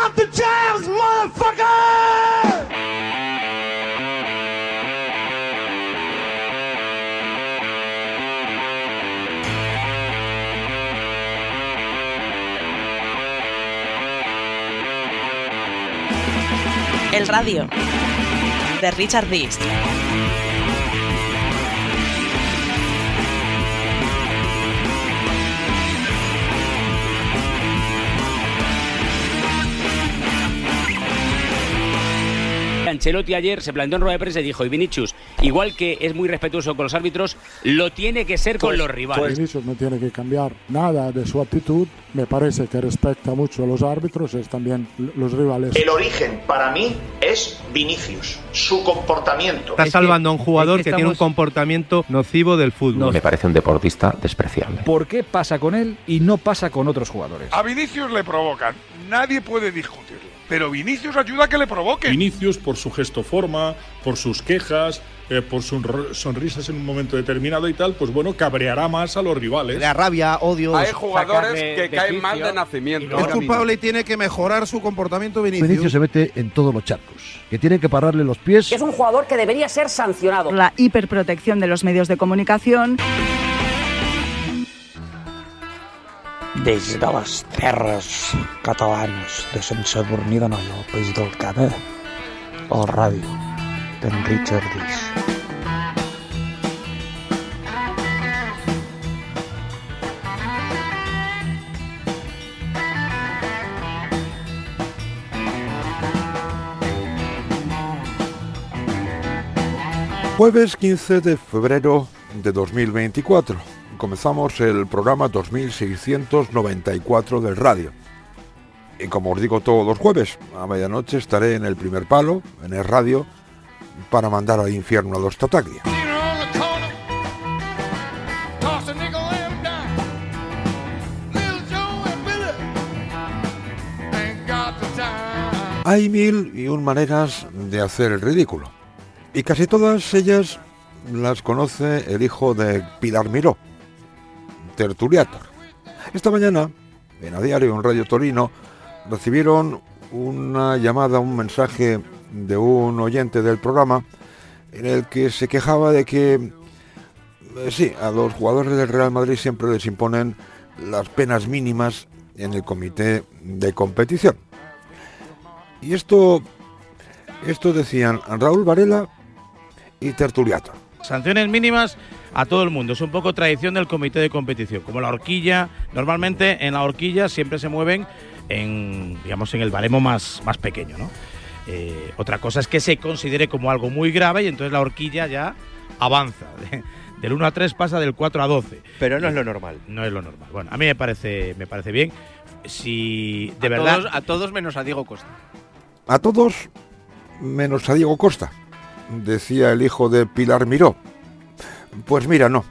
out the jams, motherfucker! El radio de Richard Beast. Ancelotti ayer se planteó en rueda de prensa y dijo, y Vinicius, igual que es muy respetuoso con los árbitros, lo tiene que ser con los rivales. Vinicius no tiene que cambiar nada de su actitud, me parece que respeta mucho a los árbitros y también los rivales. El origen para mí es Vinicius, su comportamiento. Está salvando a un jugador que tiene un comportamiento nocivo del fútbol. Me parece un deportista despreciable. ¿Por qué pasa con él y no pasa con otros jugadores? A Vinicius le provocan, nadie puede discutirlo. Pero Vinicius ayuda a que le provoque. Vinicius, por su gesto forma, por sus quejas, por sus sonrisas en un momento determinado y tal, pues bueno, cabreará más a los rivales. La rabia, odio. Hay jugadores que caen mal de nacimiento. Es culpable y tiene que mejorar su comportamiento Vinicius. Vinicius se mete en todos los charcos, que tienen que pararle los pies. Es un jugador que debería ser sancionado. La hiperprotección de los medios de comunicación. Des de les terres catalanes de Sant Sadurní d'Anoia, al País del Cadí, a la ràdio d'en Richard Beast. Jueves 15 de febrero de 2024. Comenzamos el programa 2694 del radio. Y como os digo todos los jueves, a medianoche estaré en el primer palo, en el radio, para mandar al infierno a los Tataglia. Hay mil y un maneras de hacer el ridículo. Y casi todas ellas las conoce el hijo de Pilar Miró, Tertuliator. Esta mañana, en A Diario, en Radio Torino, recibieron una llamada, un mensaje de un oyente del programa en el que se quejaba de que, sí, a los jugadores del Real Madrid siempre les imponen las penas mínimas en el comité de competición. Y esto decían Raúl Varela y Tertuliator. Sanciones mínimas a todo el mundo, es un poco tradición del comité de competición, como la horquilla. Normalmente en la horquilla siempre se mueven en el baremo más pequeño, ¿no? Otra cosa es que se considere como algo muy grave y entonces la horquilla ya avanza. Del 1 a 3 pasa del 4 a 12. Pero no es lo normal. No es lo normal. Bueno, a mí me parece bien. Si de verdad... A todos menos a Diego Costa. A todos menos a Diego Costa, decía el hijo de Pilar Miró. Pues mira, no,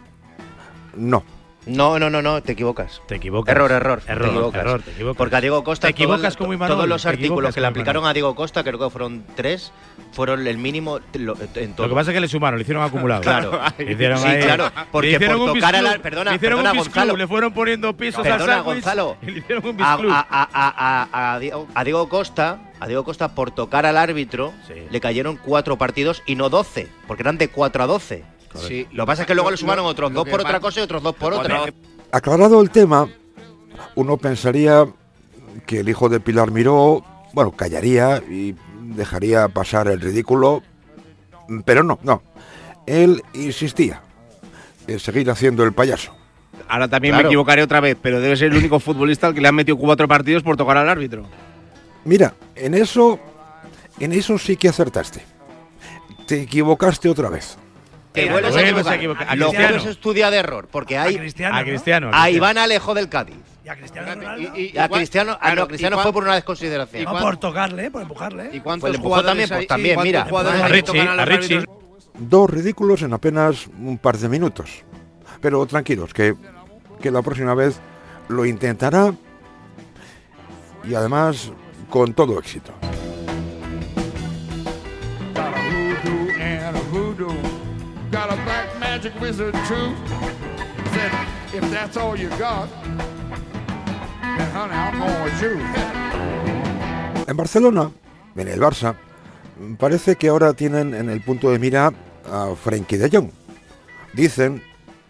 te equivocas. Te equivocas. Error. Te equivocas. Porque a Diego Costa, te equivocas como Imanol, todos los artículos que le aplicaron a Diego Costa, creo que fueron 3, fueron el mínimo en todo. Lo que pasa es que le sumaron, le hicieron acumulado. Claro, hicieron sí, claro, porque por tocar a la... Perdona, Gonzalo. Le fueron poniendo pisos al sándwich. Gonzalo. Y le hicieron un bisclub. A Diego Costa, por tocar al árbitro, sí, le cayeron 4 partidos y no 12, porque eran de 4 a 12. Sí, lo que pasa es que luego le sumaron otros 2 por otra cosa y otros 2 por otra. Aclarado el tema, uno pensaría que el hijo de Pilar Miró, bueno, callaría y dejaría pasar el ridículo, pero no. Él insistía en seguir haciendo el payaso. Ahora también me equivocaré otra vez, pero debe ser el único futbolista al que le han metido 4 partidos por tocar al árbitro. Mira, en eso sí que acertaste. Te equivocaste otra vez. Te vuelves a equivocar. Lo que es estudia de error, porque hay a Cristiano. A Iván Alejo del Cádiz. ¿Y a Cristiano Ronaldo? A Cristiano fue por una desconsideración. No, por tocarle, por empujarle. ¿Y cuántos jugadores también, mira. A Richie. 2 ridículos en apenas un par de minutos. Pero tranquilos, que la próxima vez lo intentará y además con todo éxito. Got a black magic wizard true. Said, if that's all you got, then honey, I'm going with you. En Barcelona, en el Barça, parece que ahora tienen en el punto de mira a Frenkie de Jong. Dicen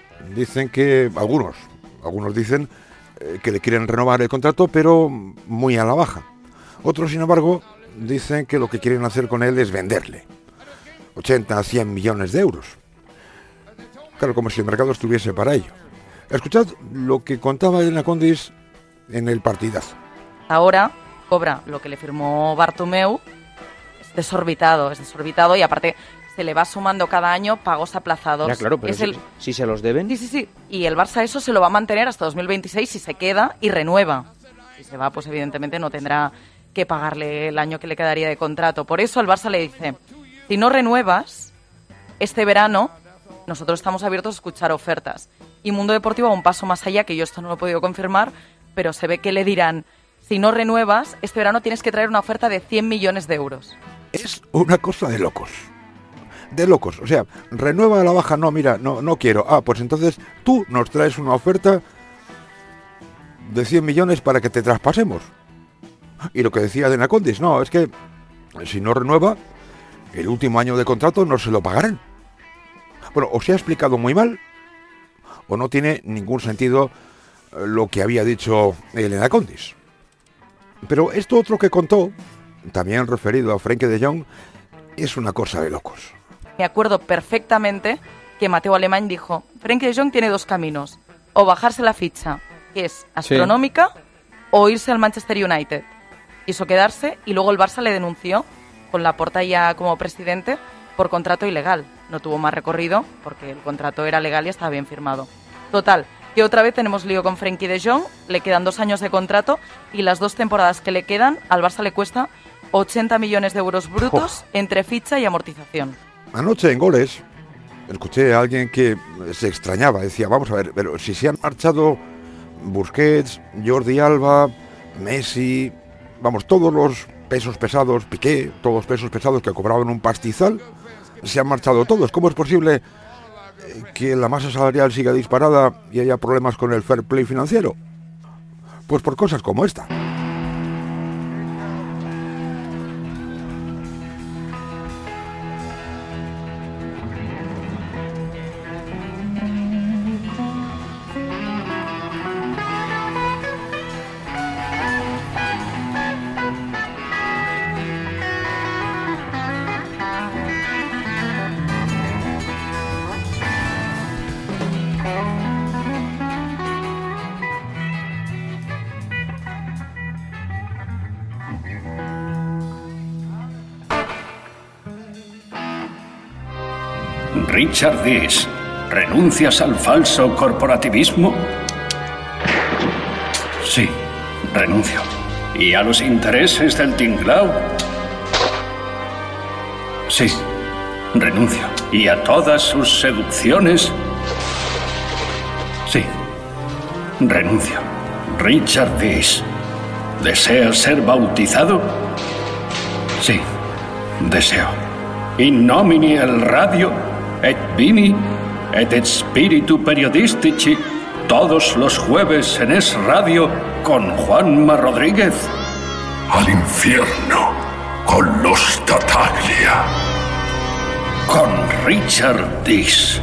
que algunos dicen que le quieren renovar el contrato, pero muy a la baja. Otros, sin embargo, dicen que lo que quieren hacer con él es venderle 80 a 100 millones de euros. Claro, como si el mercado estuviese para ello. Escuchad lo que contaba Elena Condis en el partidazo. Ahora cobra lo que le firmó Bartomeu, es desorbitado y aparte se le va sumando cada año pagos aplazados. Ya, claro, pero si se los deben. Sí. Y el Barça eso se lo va a mantener hasta 2026 si se queda y renueva. Si se va, pues evidentemente no tendrá que pagarle el año que le quedaría de contrato. Por eso el Barça le dice, si no renuevas, este verano nosotros estamos abiertos a escuchar ofertas. Y Mundo Deportivo va un paso más allá, que yo esto no lo he podido confirmar, pero se ve que le dirán, si no renuevas, este verano tienes que traer una oferta de 100 millones de euros. Es una cosa de locos. De locos. O sea, renueva a la baja, no, mira, no quiero. Ah, pues entonces tú nos traes una oferta de 100 millones para que te traspasemos. Y lo que decía Elena Condis, no, es que si no renueva, el último año de contrato no se lo pagarán. Bueno, o se ha explicado muy mal, o no tiene ningún sentido lo que había dicho Elena Condis. Pero esto otro que contó, también referido a Frenkie de Jong, es una cosa de locos. Me acuerdo perfectamente que Mateu Alemany dijo, Frenkie de Jong tiene dos caminos, o bajarse la ficha, que es astronómica, o irse al Manchester United. Quiso quedarse y luego el Barça le denunció, con Laporta ya como presidente, por contrato ilegal. No tuvo más recorrido porque el contrato era legal y estaba bien firmado. Total, que otra vez tenemos lío con Frenkie de Jong, le quedan 2 años de contrato y las 2 temporadas que le quedan al Barça le cuesta 80 millones de euros brutos entre ficha y amortización. Anoche en Goles escuché a alguien que se extrañaba, decía, vamos a ver, pero si se han marchado Busquets, Jordi Alba, Messi, vamos, todos los pesos pesados, Piqué, todos los pesos pesados que cobraban un pastizal, se han marchado todos. ¿Cómo es posible que la masa salarial siga disparada y haya problemas con el fair play financiero? Pues por cosas como esta. Richard Dees, ¿renuncias al falso corporativismo? Sí, renuncio. ¿Y a los intereses del tinglao? Sí, renuncio. ¿Y a todas sus seducciones? Sí, renuncio. Richard Dees, ¿deseas ser bautizado? Sí, deseo. In nomine el radio et vini et spiritu periodistici, todos los jueves en Es Radio con Juanma Rodríguez. Al infierno con los Tataglia. Con Richard Dees.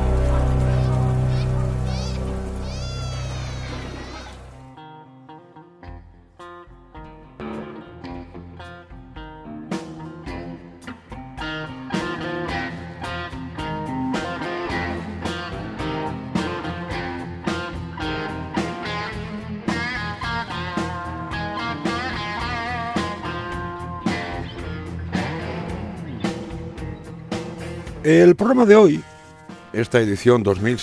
El programa de hoy, esta edición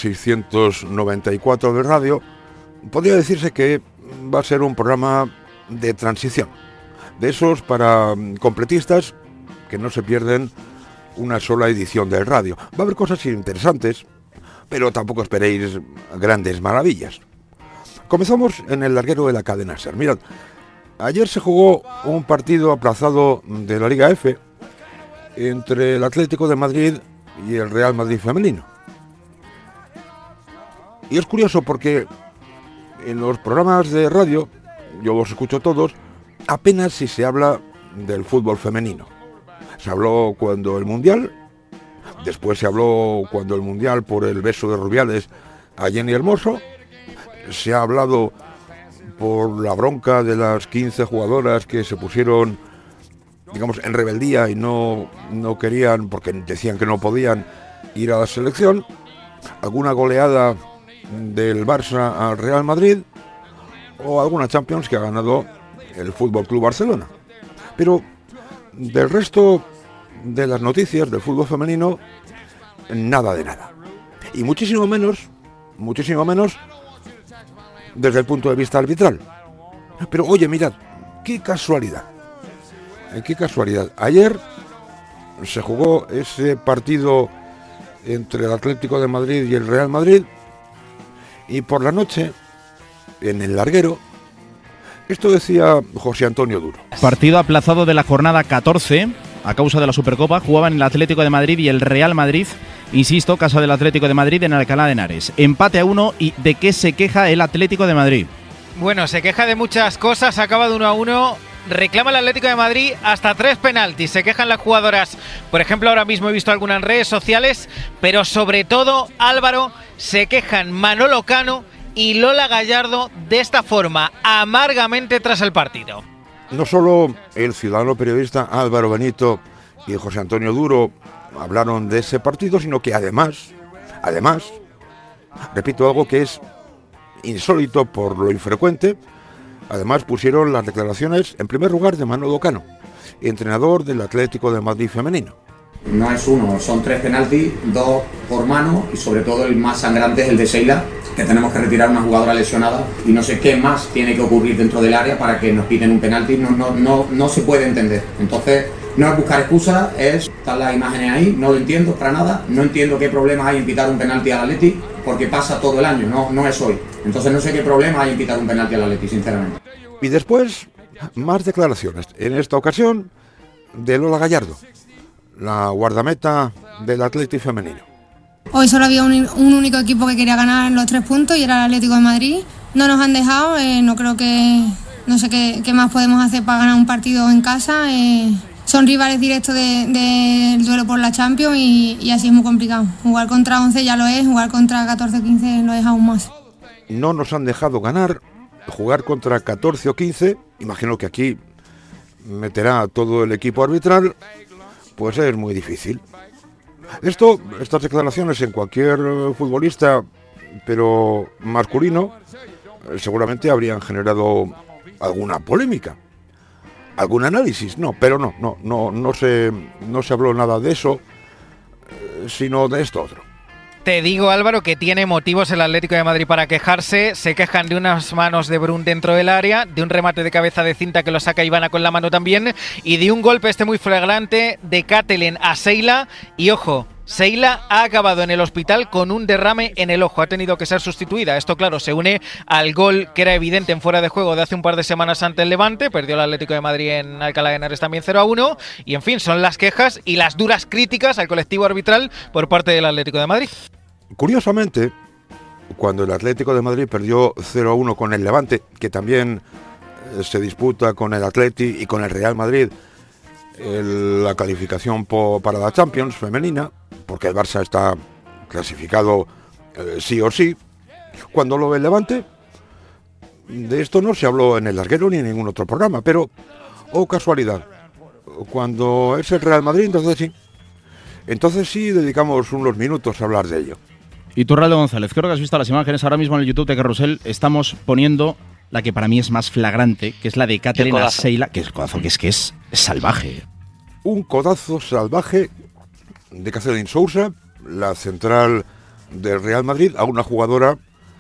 2694 de radio, podría decirse que va a ser un programa de transición, de esos para completistas que no se pierden una sola edición del radio. Va a haber cosas interesantes, pero tampoco esperéis grandes maravillas. Comenzamos en el larguero de la cadena SER. Mirad, ayer se jugó un partido aplazado de la Liga F entre el Atlético de Madrid y el Real Madrid femenino. Y es curioso porque en los programas de radio, yo los escucho todos, apenas si se habla del fútbol femenino. Se habló cuando el Mundial, después se habló cuando el Mundial por el beso de Rubiales a Jenny Hermoso, se ha hablado por la bronca de las 15 jugadoras que se pusieron, digamos, en rebeldía y no querían, porque decían que no podían ir a la selección, alguna goleada del Barça al Real Madrid o alguna Champions que ha ganado el Fútbol Club Barcelona. Pero del resto de las noticias del fútbol femenino, nada de nada. Y muchísimo menos desde el punto de vista arbitral. Pero oye, mirad, qué casualidad. Ayer se jugó ese partido entre el Atlético de Madrid y el Real Madrid, y por la noche, en el larguero, esto decía José Antonio Duro. Partido aplazado de la jornada 14 a causa de la Supercopa. Jugaban el Atlético de Madrid y el Real Madrid. Insisto, casa del Atlético de Madrid en Alcalá de Henares. Empate a 1. ¿Y de qué se queja el Atlético de Madrid? Bueno, se queja de muchas cosas. Acaba de 1-1. Reclama el Atlético de Madrid hasta 3 penaltis. Se quejan las jugadoras. Por ejemplo, ahora mismo he visto algunas en redes sociales. Pero sobre todo, Álvaro, se quejan Manolo Cano y Lola Gallardo de esta forma, amargamente tras el partido. No solo el ciudadano periodista Álvaro Benito y José Antonio Duro hablaron de ese partido, sino que además, repito algo que es insólito por lo infrecuente, además pusieron las declaraciones, en primer lugar, de Manolo Cano, entrenador del Atlético de Madrid femenino. No es uno, son 3 penaltis, 2 por mano y sobre todo el más sangrante es el de Sheila, que tenemos que retirar una jugadora lesionada y no sé qué más tiene que ocurrir dentro del área para que nos piten un penalti, no se puede entender. Entonces, no es buscar excusas, están las imágenes ahí, no lo entiendo para nada, no entiendo qué problemas hay en pitar un penalti al Atleti, porque pasa todo el año, no es hoy. Entonces no sé qué problema hay en pitar un penalti al Atleti, sinceramente. Y después, más declaraciones, en esta ocasión de Lola Gallardo, la guardameta del Atlético femenino. Hoy solo había un único equipo que quería ganar los 3 puntos y era el Atlético de Madrid. No nos han dejado, no sé qué más podemos hacer para ganar un partido en casa. Son rivales directos del duelo por la Champions y así es muy complicado. Jugar contra 11 ya lo es, jugar contra 14 o 15 lo es aún más. No nos han dejado ganar, jugar contra 14 o 15, imagino que aquí meterá todo el equipo arbitral, pues es muy difícil. Estas declaraciones en cualquier futbolista, pero masculino, seguramente habrían generado alguna polémica, algún análisis. No se habló nada de eso, sino de esto otro. Te digo, Álvaro, que tiene motivos el Atlético de Madrid para quejarse. Se quejan de unas manos de Brun dentro del área, de un remate de cabeza de cinta que lo saca Ivana con la mano también, y de un golpe muy flagrante de Katelen a Sheila. Y ojo, Sheila ha acabado en el hospital con un derrame en el ojo, ha tenido que ser sustituida. Esto, claro, se une al gol que era evidente en fuera de juego de hace un par de semanas ante el Levante. Perdió el Atlético de Madrid en Alcalá de Henares también 0-1. Y en fin, son las quejas y las duras críticas al colectivo arbitral por parte del Atlético de Madrid. Curiosamente, cuando el Atlético de Madrid perdió 0-1 con el Levante, que también se disputa con el Atleti y con el Real Madrid la calificación para la Champions femenina, porque el Barça está clasificado sí o sí, cuando lo del Levante, de esto no se habló en el larguero ni en ningún otro programa, pero, casualidad, cuando es el Real Madrid, entonces sí dedicamos unos minutos a hablar de ello. Y tú, Raldo González, creo que has visto las imágenes ahora mismo en el YouTube de Carrusel. Estamos poniendo la que para mí es más flagrante, que es la de Katelen a Sheila, que es el codazo, que es salvaje. Un codazo salvaje de Katelen Sousa, la central del Real Madrid, a una jugadora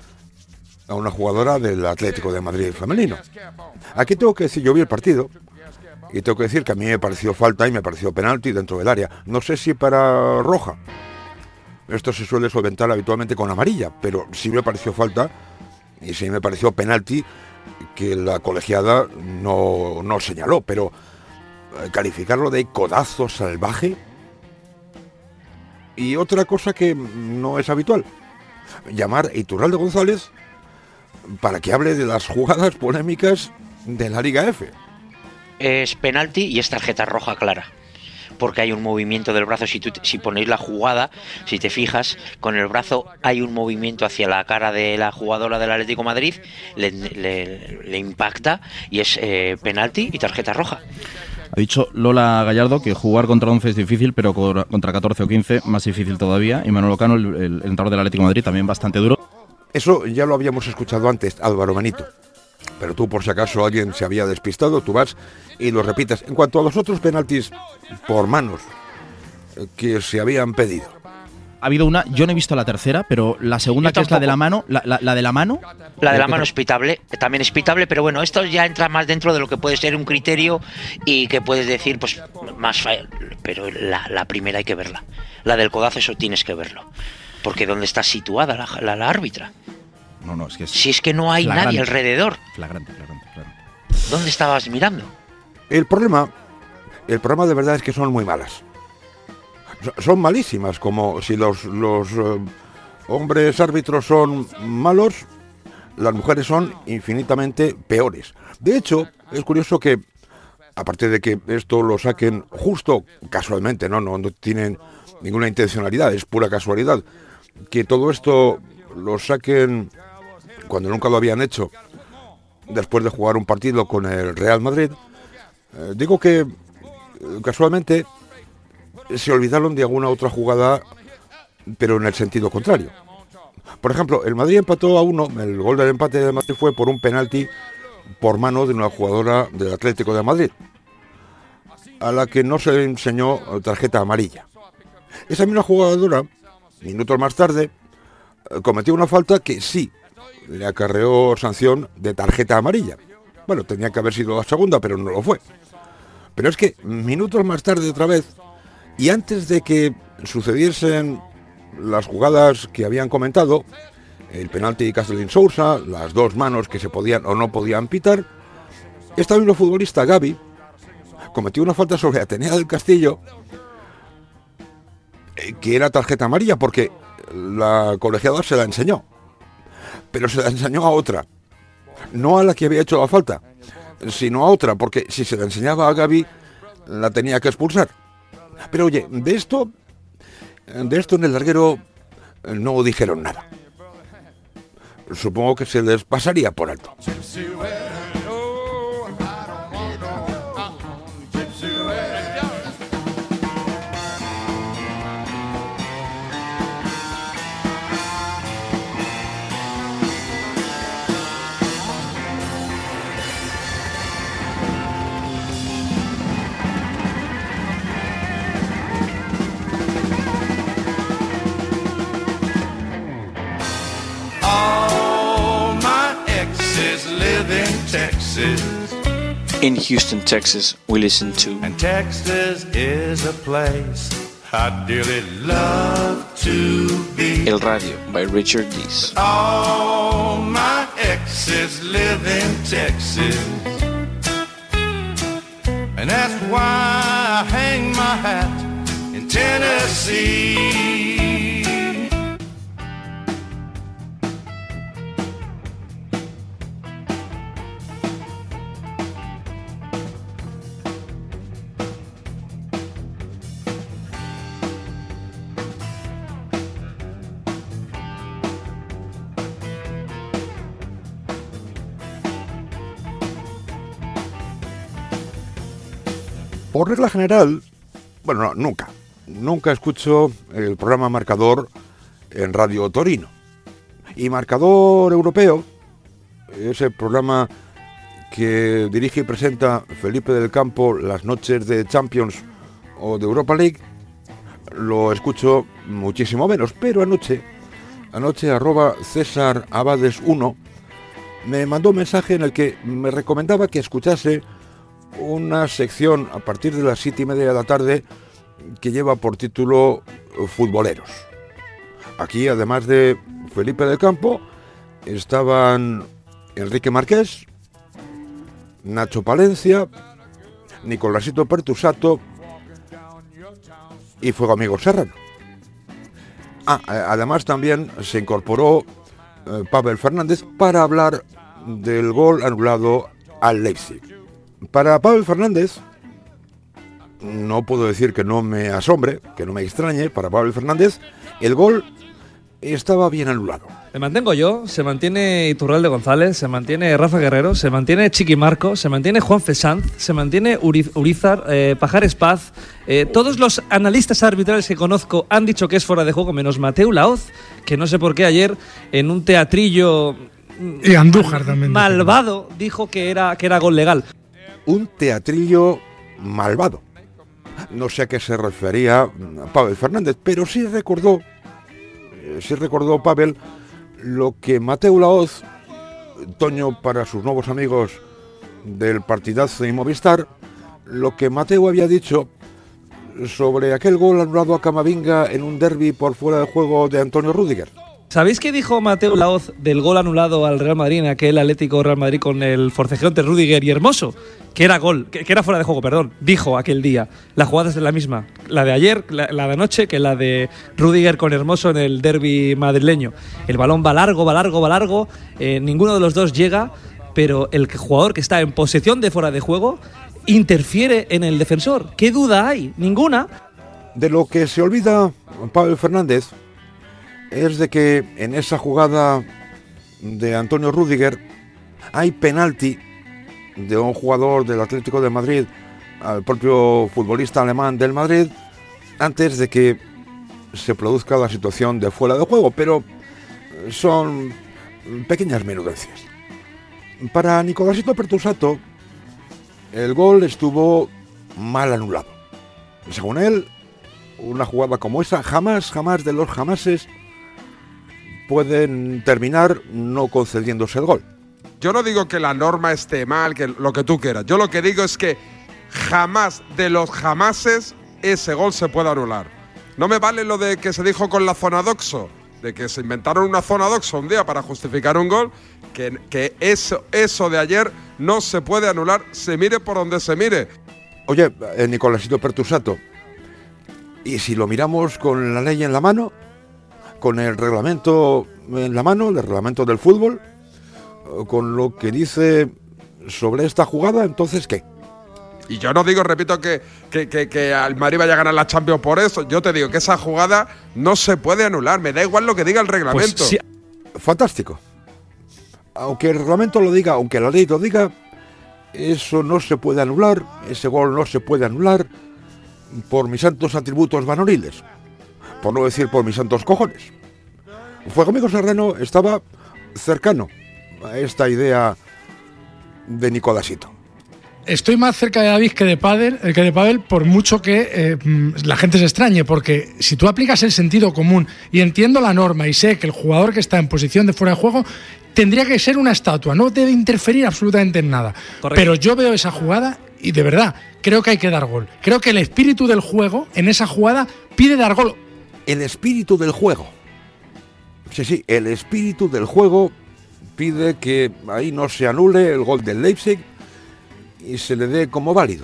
del Atlético de Madrid femenino. Aquí tengo que decir, yo vi el partido y tengo que decir que a mí me pareció falta y me pareció penalti dentro del área. No sé si para roja. Esto se suele solventar habitualmente con amarilla, pero sí me pareció falta y sí me pareció penalti que la colegiada no señaló, pero calificarlo de codazo salvaje. Y otra cosa que no es habitual, llamar a Iturralde González para que hable de las jugadas polémicas de la Liga F. es penalti y es tarjeta roja clara. Porque hay un movimiento del brazo, si ponéis la jugada, si te fijas, con el brazo hay un movimiento hacia la cara de la jugadora del Atlético de Madrid, le impacta y es penalti y tarjeta roja. Ha dicho Lola Gallardo que jugar contra 11 es difícil, pero contra 14 o 15 más difícil todavía. Y Manolo Cano, el entrenador del Atlético de Madrid, también bastante duro. Eso ya lo habíamos escuchado antes, Álvaro Benito. Pero tú, por si acaso alguien se había despistado, tú vas y lo repites. En cuanto a los otros penaltis por manos que se habían pedido. Ha habido una, yo no he visto la tercera, pero la segunda, que es la de la mano, la de la mano. La de la mano es pitable, también es pitable, pero bueno, esto ya entra más dentro de lo que puede ser un criterio y que puedes decir, pues, más fácil. Pero la primera hay que verla. La del codazo, eso tienes que verlo. Porque ¿dónde está situada la árbitra? No, es que si es que no hay nadie alrededor. Flagrante. ¿Dónde estabas mirando? El problema de verdad es que son muy malas. Son malísimas, como si los hombres árbitros son malos, las mujeres son infinitamente peores. De hecho, es curioso que, aparte de que esto lo saquen justo, casualmente, no tienen ninguna intencionalidad, es pura casualidad, que todo esto lo saquen cuando nunca lo habían hecho, después de jugar un partido con el Real Madrid. Digo que casualmente se olvidaron de alguna otra jugada, pero en el sentido contrario. Por ejemplo, el Madrid empató a 1, el gol del empate de Madrid fue por un penalti por mano de una jugadora del Atlético de Madrid, a la que no se le enseñó tarjeta amarilla. Esa misma jugadora, minutos más tarde, cometió una falta que sí le acarreó sanción de tarjeta amarilla. Bueno, tenía que haber sido la segunda, pero no lo fue. Pero es que minutos más tarde otra vez, y antes de que sucediesen las jugadas que habían comentado, el penalti de Castellín Sousa, las dos manos que se podían o no podían pitar, esta misma futbolista, Gaby, cometió una falta sobre Atenea del Castillo, que era tarjeta amarilla, porque la colegiada se la enseñó. Pero se la enseñó a otra, no a la que había hecho la falta, sino a otra, porque si se la enseñaba a Gaby, la tenía que expulsar. Pero oye, de esto en el larguero no dijeron nada. Supongo que se les pasaría por alto. In Houston, Texas, we listen to. And Texas is a place I'd dearly love to be. El Radio by Richard Dees. All my exes live in Texas, and that's why I hang my hat in Tennessee. Por regla general, bueno, no, nunca escucho el programa Marcador en Radio Torino. Y Marcador Europeo, ese programa que dirige y presenta Felipe del Campo las noches de Champions o de Europa League, lo escucho muchísimo menos. Pero anoche @CésarAbades1 me mandó un mensaje en el que me recomendaba que escuchase una sección a partir de las 7:30 de la tarde que lleva por título Futboleros. Aquí, además de Felipe del Campo, estaban Enrique Marqués, Nacho Palencia, Nicolásito Pertusato y Fuego Amigo Serrano. Además también se incorporó Pavel Fernández para hablar del gol anulado al Leipzig. Para Pavel Fernández, no puedo decir que no me asombre, que no me extrañe, para Pavel Fernández, el gol estaba bien anulado. Me mantengo yo, se mantiene Iturralde González, se mantiene Rafa Guerrero, se mantiene Chiqui Marco, se mantiene Juan Fesanz, se mantiene Urizar, Pajares Paz. Todos los analistas arbitrales que conozco han dicho que es fuera de juego, menos Mateu Laoz, que no sé por qué ayer en un teatrillo y Andújar también malvado dijo que era gol legal. Un teatrillo malvado. No sé a qué se refería Pavel Fernández, pero sí recordó Pavel lo que Mateu Laoz, Toño para sus nuevos amigos del partidazo y Movistar, lo que Mateu había dicho sobre aquel gol anulado a Camavinga en un derbi por fuera de juego de Antonio Rüdiger. ¿Sabéis qué dijo Mateu Laoz del gol anulado al Real Madrid en aquel Atlético Real Madrid con el forcejeo entre Rüdiger y Hermoso? Que era gol, que era fuera de juego, perdón. Dijo aquel día. La jugada es la misma. La de ayer, la de anoche, que la de Rüdiger con Hermoso en el derbi madrileño. El balón va largo. Ninguno de los dos llega, pero el jugador que está en posesión de fuera de juego interfiere en el defensor. ¿Qué duda hay? Ninguna. De lo que se olvida Pavel Fernández es de que en esa jugada de Antonio Rüdiger hay penalti de un jugador del Atlético de Madrid al propio futbolista alemán del Madrid antes de que se produzca la situación de fuera de juego, pero son pequeñas menudencias. Para Nicolásito Pertusato, el gol estuvo mal anulado. Según él, una jugada como esa jamás de los jamases pueden terminar no concediéndose el gol. Yo no digo que la norma esté mal, que lo que tú quieras. Yo lo que digo es que jamás de los jamases ese gol se puede anular. No me vale lo de que se dijo con la zona doxo, de que se inventaron una zona doxo un día para justificar un gol, que eso de ayer no se puede anular, se mire por donde se mire. Oye, Nicolásito Pertusato, ¿y si lo miramos con la ley en la mano? Con el reglamento en la mano, el reglamento del fútbol, con lo que dice sobre esta jugada, entonces ¿qué? Y yo no digo, repito, que al Madrid vaya a ganar la Champions por eso. Yo te digo que esa jugada no se puede anular. Me da igual lo que diga el reglamento. Pues sí. Fantástico. Aunque el reglamento lo diga, aunque la ley lo diga, eso no se puede anular, ese gol no se puede anular por mis santos atributos vanoriles, por no decir por mis santos cojones. Fuegamigo Serrano estaba cercano a esta idea de Nicolásito. Estoy más cerca de David que de Pavel, por mucho que la gente se extrañe, porque si tú aplicas el sentido común y entiendo la norma y sé que el jugador que está en posición de fuera de juego tendría que ser una estatua, no debe interferir absolutamente en nada. Correcto. Pero yo veo esa jugada y de verdad creo que hay que dar gol. Creo que el espíritu del juego en esa jugada pide dar gol. El espíritu del juego. Sí, el espíritu del juego pide que ahí no se anule el gol del Leipzig y se le dé como válido.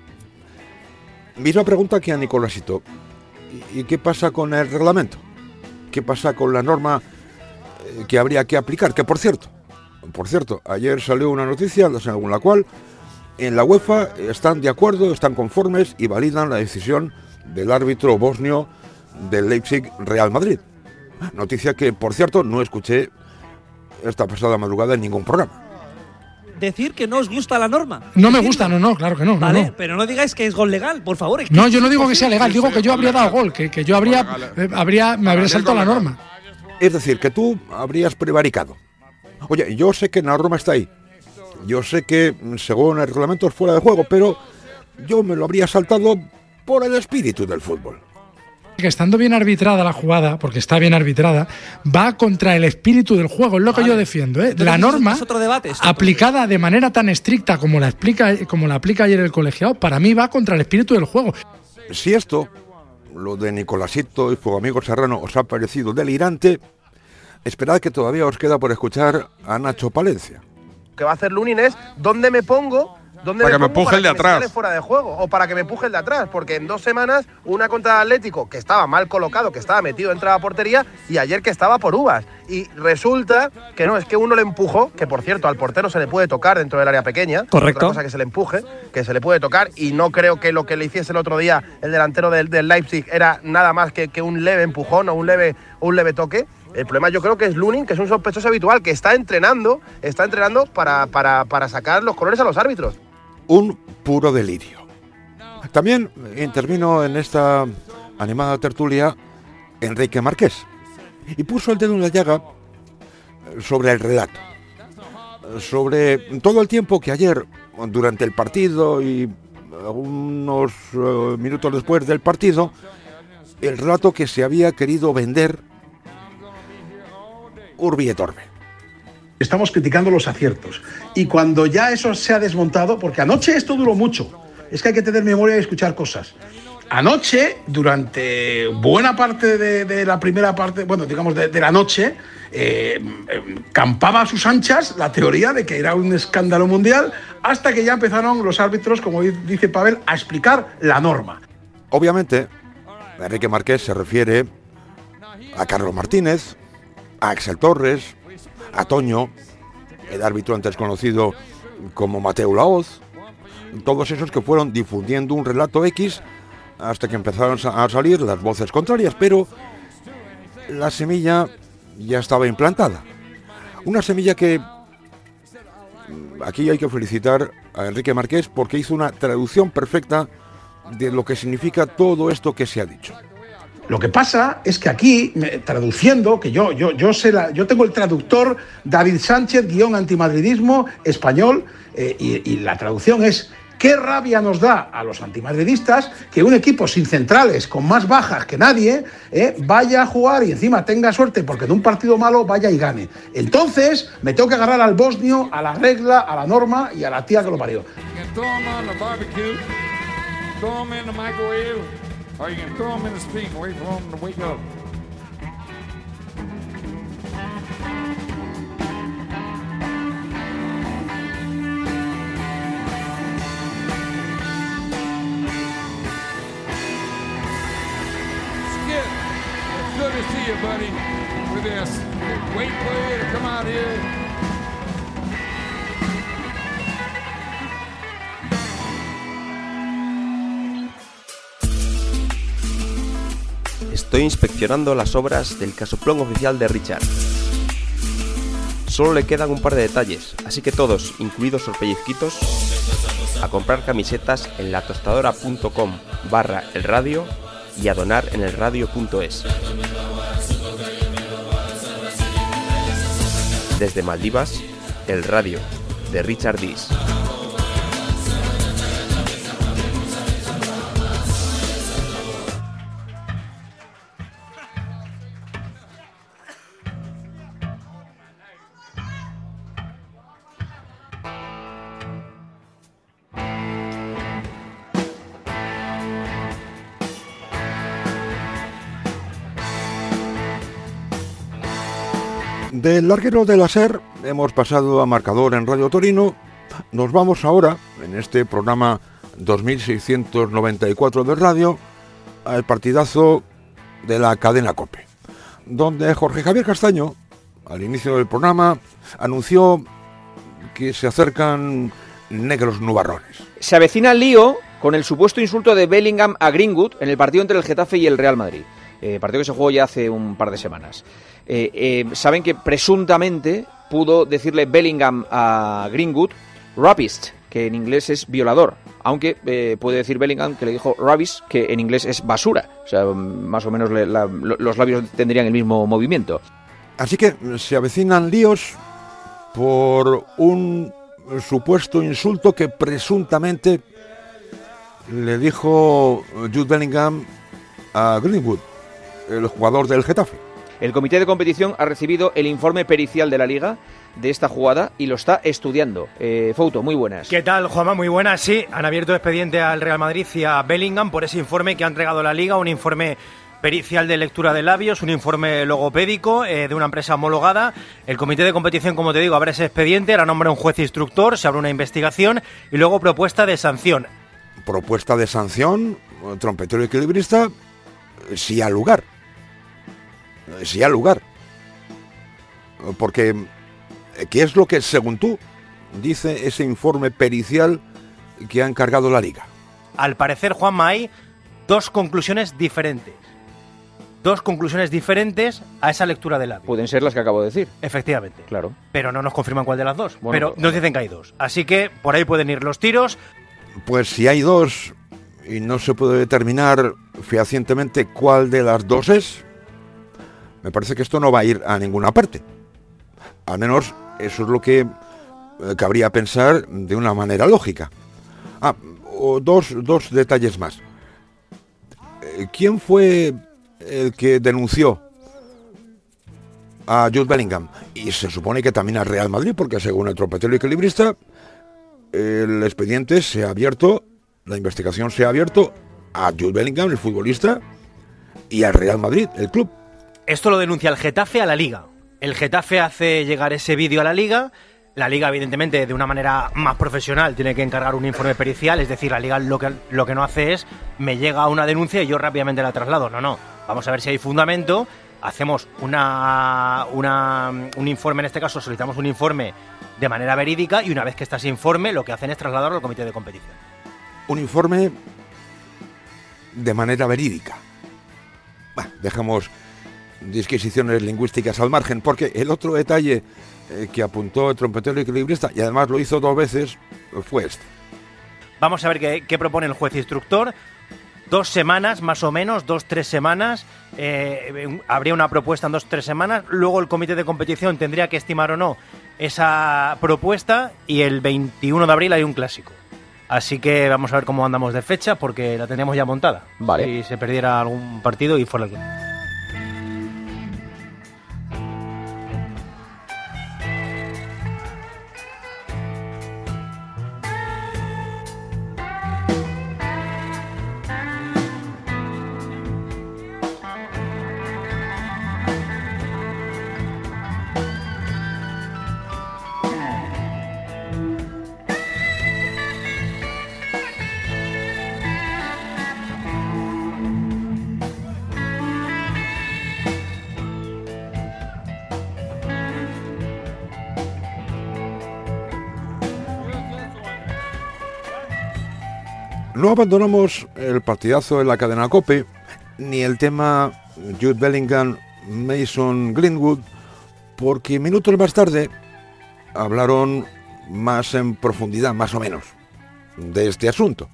Misma pregunta que a Nicolásito. ¿Y qué pasa con el reglamento? ¿Qué pasa con la norma que habría que aplicar? Que por cierto, ayer salió una noticia según la cual en la UEFA están de acuerdo, están conformes y validan la decisión del árbitro bosnio del Leipzig Real Madrid. Noticia que, por cierto, no escuché esta pasada madrugada en ningún programa. Decir que no os gusta la norma. No me gusta, no, claro que no. Vale, no. Pero no digáis que es gol legal, por favor. Es que no, yo no digo que sea legal, digo que yo habría dado gol, que yo me habría saltado la norma. Es decir, que tú habrías prevaricado. Oye, yo sé que la norma está ahí. Yo sé que, según el reglamento, es fuera de juego, pero yo me lo habría saltado por el espíritu del fútbol. Que estando bien arbitrada la jugada, porque está bien arbitrada, va contra el espíritu del juego, es lo que yo defiendo. La norma, es otro debate, aplicada de manera tan estricta como la aplica ayer el colegiado, para mí va contra el espíritu del juego. Si esto, lo de Nicolásito y Fuegamigo Serrano, os ha parecido delirante, esperad que todavía os queda por escuchar a Nacho Palencia. Lo que va a hacer Lunin es dónde me pongo ¿Dónde para que me pongo empuje el de para que me atrás. señale fuera de juego o para que me empuje el de atrás? Porque en 2 semanas, una contra el Atlético que estaba mal colocado, que estaba metido dentro de la portería, y ayer que estaba por uvas. Y resulta que no, es que uno le empujó, que por cierto al portero se le puede tocar dentro del área pequeña. Correcto. Otra cosa que se le empuje, que se le puede tocar, y no creo que lo que le hiciese el otro día el delantero del Leipzig era nada más que un leve empujón o un leve toque. El problema yo creo que es Lunin, que es un sospechoso habitual, que está entrenando para sacar los colores a los árbitros. Un puro delirio. También intervino en esta animada tertulia Enrique Marqués y puso el dedo en la llaga sobre el relato, sobre todo el tiempo que ayer, durante el partido y unos minutos después del partido, el relato que se había querido vender urbi et orbi. Estamos criticando los aciertos. Y cuando ya eso se ha desmontado, porque anoche esto duró mucho, es que hay que tener memoria y escuchar cosas. Anoche, durante buena parte de la primera parte, bueno, digamos de la noche, campaba a sus anchas la teoría de que era un escándalo mundial, hasta que ya empezaron los árbitros, como dice Pavel, a explicar la norma. Obviamente, Enrique Marqués se refiere a Carlos Martínez, a Axel Torres, a Toño, el árbitro antes conocido como Mateu Laoz, todos esos que fueron difundiendo un relato X hasta que empezaron a salir las voces contrarias, pero la semilla ya estaba implantada. Una semilla que aquí hay que felicitar a Enrique Marqués porque hizo una traducción perfecta de lo que significa todo esto que se ha dicho. Lo que pasa es que aquí, traduciendo, que yo tengo el traductor David Sánchez, _antimadridismo español, y la traducción es: qué rabia nos da a los antimadridistas que un equipo sin centrales, con más bajas que nadie, vaya a jugar y encima tenga suerte porque en un partido malo vaya y gane. Entonces me tengo que agarrar al bosnio, a la regla, a la norma y a la tía que lo parió. Or you can throw them in the street and wait for them to wake up. Skip, it's good to see you, buddy, with this. Wait for you to come out here. Estoy inspeccionando las obras del casoplón oficial de Richard. Solo le quedan un par de detalles, así que todos, incluidos los pellizquitos, a comprar camisetas en latostadora.com/elradio y a donar en elradio.es. Desde Maldivas, el radio de Richard Dees. Del larguero de la SER hemos pasado a marcador en Radio Torino. Nos vamos ahora, en este programa 2694 de radio, al partidazo de la cadena COPE, donde Jorge Javier Castaño, al inicio del programa, anunció que se acercan negros nubarrones. Se avecina el lío con el supuesto insulto de Bellingham a Greenwood en el partido entre el Getafe y el Real Madrid. Partido que se jugó ya hace un par de semanas. Saben que presuntamente pudo decirle Bellingham a Greenwood rapist, que en inglés es violador, aunque puede decir Bellingham que le dijo rubbish, que en inglés es basura. O sea, más o menos los labios tendrían el mismo movimiento. Así que se avecinan líos por un supuesto insulto que presuntamente le dijo Jude Bellingham a Greenwood, el jugador del Getafe. El comité de competición ha recibido el informe pericial de la Liga de esta jugada y lo está estudiando. Fouto, muy buenas. ¿Qué tal, Juanma? Muy buenas, sí. Han abierto expediente al Real Madrid y a Bellingham por ese informe que ha entregado la Liga, un informe pericial de lectura de labios, un informe logopédico de una empresa homologada. El comité de competición, como te digo, abre ese expediente, ahora nombra un juez instructor, se abre una investigación y luego propuesta de sanción. Propuesta de sanción, trompetero equilibrista, sí ha lugar. Sí ha lugar. Porque, ¿qué es lo que, según tú, dice ese informe pericial que ha encargado la Liga? Al parecer, Juanma, hay dos conclusiones diferentes. Dos conclusiones diferentes a esa lectura de labios. Pueden ser las que acabo de decir. Efectivamente. Claro. Pero no nos confirman cuál de las dos. Bueno, pero pues, nos dicen que hay dos. Así que por ahí pueden ir los tiros. Pues si hay dos y no se puede determinar fehacientemente cuál de las dos es, me parece que esto no va a ir a ninguna parte. Al menos eso es lo que cabría pensar de una manera lógica. Dos detalles más. ¿Quién fue el que denunció a Jude Bellingham? Y se supone que también al Real Madrid, porque según el trompetero equilibrista, el expediente se ha abierto, la investigación se ha abierto a Jude Bellingham, el futbolista, y al Real Madrid, el club. Esto lo denuncia el Getafe a la Liga. El Getafe hace llegar ese vídeo a la Liga. La Liga, evidentemente, de una manera más profesional, tiene que encargar un informe pericial. Es decir, la Liga lo que no hace es, me llega una denuncia y yo rápidamente la traslado. No. Vamos a ver si hay fundamento. Hacemos un informe, en este caso solicitamos un informe de manera verídica, y una vez que está ese informe, lo que hacen es trasladarlo al comité de competición. Un informe de manera verídica. Bueno, dejamos disquisiciones lingüísticas al margen, porque el otro detalle que apuntó el trompetero equilibrista, y además lo hizo 2 veces, fue este. Vamos a ver qué propone el juez instructor. 2 semanas, más o menos, 2-3 semanas. Habría una propuesta en 2-3 semanas. Luego el comité de competición tendría que estimar o no esa propuesta, y el 21 de abril hay un clásico. Así que vamos a ver cómo andamos de fecha, porque la tenemos ya montada. Vale. Si se perdiera algún partido y fuera el que... No abandonamos el partidazo en la cadena COPE, ni el tema Jude Bellingham, Mason Greenwood, porque minutos más tarde hablaron más en profundidad, más o menos, de este asunto.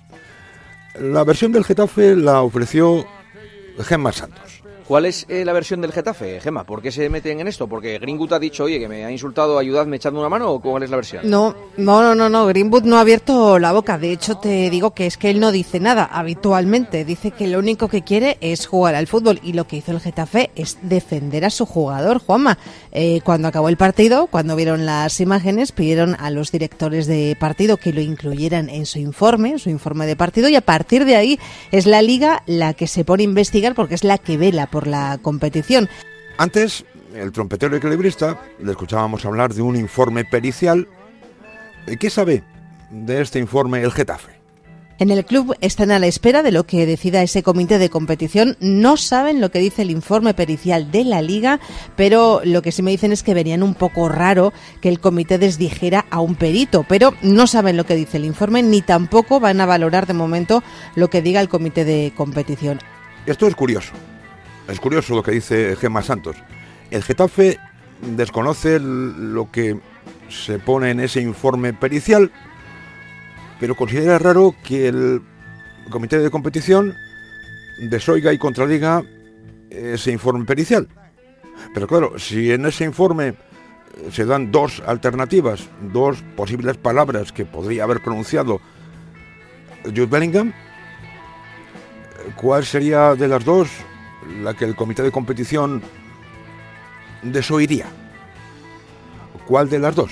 La versión del Getafe la ofreció Gemma Santos. ¿Cuál es la versión del Getafe, Gemma? ¿Por qué se meten en esto? ¿Porque Greenwood ha dicho, oye, que me ha insultado, ayudadme echadme una mano? ¿O cuál es la versión? No, Greenwood no ha abierto la boca. De hecho, te digo que es que él no dice nada habitualmente. Dice que lo único que quiere es jugar al fútbol, y lo que hizo el Getafe es defender a su jugador, Juanma. Cuando acabó el partido, cuando vieron las imágenes, pidieron a los directores de partido que lo incluyeran en su informe de partido, y a partir de ahí es la Liga la que se pone a investigar, porque es la que vela por la competición. Antes, el trompetero equilibrista, le escuchábamos hablar de un informe pericial. ¿Qué sabe de este informe el Getafe? En el club están a la espera de lo que decida ese comité de competición. No saben lo que dice el informe pericial de la Liga, pero lo que sí me dicen es que verían un poco raro que el comité desdijera a un perito, pero no saben lo que dice el informe, ni tampoco van a valorar de momento lo que diga el comité de competición. Esto es curioso. Es curioso lo que dice Gemma Santos. El Getafe desconoce lo que se pone en ese informe pericial, pero considera raro que el comité de competición desoiga y contradiga ese informe pericial. Pero claro, si en ese informe se dan 2 alternativas, 2 posibles palabras que podría haber pronunciado Jude Bellingham, ¿cuál sería de las 2 la que el comité de competición desoiría? ¿Cuál de las 2?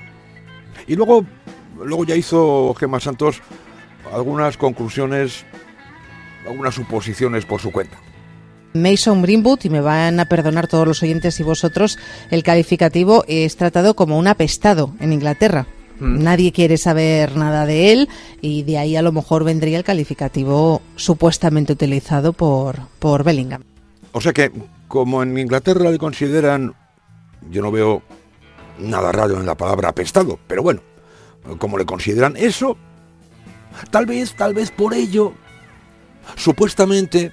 Y luego ya hizo Gemma Santos algunas conclusiones, algunas suposiciones por su cuenta. Mason Greenwood, y me van a perdonar todos los oyentes y vosotros, el calificativo es tratado como un apestado en Inglaterra. Nadie quiere saber nada de él y de ahí a lo mejor vendría el calificativo supuestamente utilizado por Bellingham. O sea que, como en Inglaterra le consideran, yo no veo nada raro en la palabra apestado, pero bueno, como le consideran eso, tal vez por ello, supuestamente,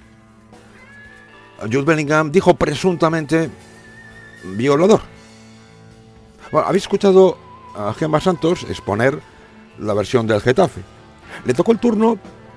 Jude Bellingham dijo presuntamente violador. Bueno, habéis escuchado a Gemma Santos exponer la versión del Getafe. Le tocó el turno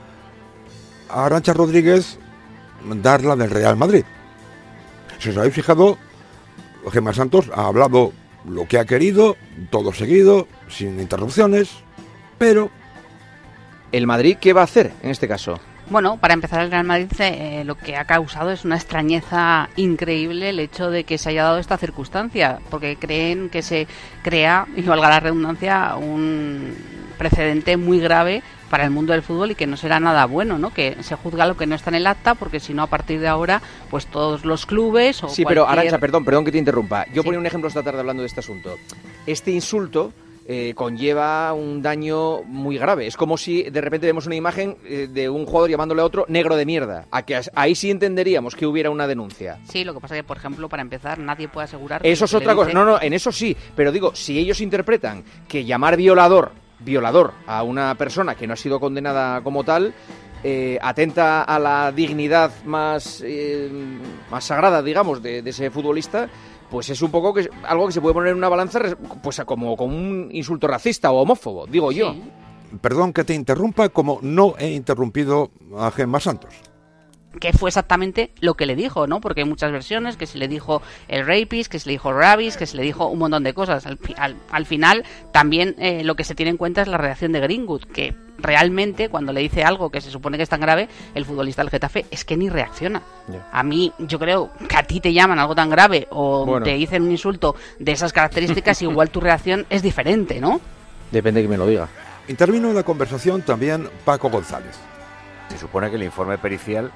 a Arantxa Rodríguez dar la del Real Madrid. Si os habéis fijado, Gemma Santos ha hablado lo que ha querido, todo seguido, sin interrupciones, pero... ¿El Madrid qué va a hacer en este caso? Bueno, para empezar, el Real Madrid lo que ha causado es una extrañeza increíble el hecho de que se haya dado esta circunstancia, porque creen que se crea, y valga la redundancia, un precedente muy grave para el mundo del fútbol y que no será nada bueno, ¿no? Que se juzga lo que no está en el acta, porque si no, a partir de ahora, pues todos los clubes o Sí, cualquier... pero Arantxa, perdón que te interrumpa. Yo ponía un ejemplo esta tarde hablando de este asunto. Este insulto conlleva un daño muy grave. Es como si de repente vemos una imagen de un jugador llamándole a otro negro de mierda. A que ahí sí entenderíamos que hubiera una denuncia. Sí, lo que pasa es que, por ejemplo, para empezar, nadie puede asegurar... Eso es otra cosa. No, en eso sí. Pero digo, si ellos interpretan que llamar violador a una persona que no ha sido condenada como tal... atenta a la dignidad más sagrada, digamos, de ese futbolista, pues es un poco algo que se puede poner en una balanza, pues como un insulto racista o homófobo, digo yo. Perdón que te interrumpa, como no he interrumpido a Gemma Santos. Que fue exactamente lo que le dijo, ¿no? Porque hay muchas versiones, que se le dijo el rapist, que se le dijo rabbis, que se le dijo un montón de cosas. Al final, también lo que se tiene en cuenta es la reacción de Greenwood, que realmente, cuando le dice algo que se supone que es tan grave, el futbolista del Getafe es que ni reacciona. A mí, yo creo que a ti te llaman algo tan grave o te dicen un insulto de esas características, igual tu reacción es diferente, ¿no? Depende de que me lo diga. Intervino en la conversación también Paco González. Se supone que el informe pericial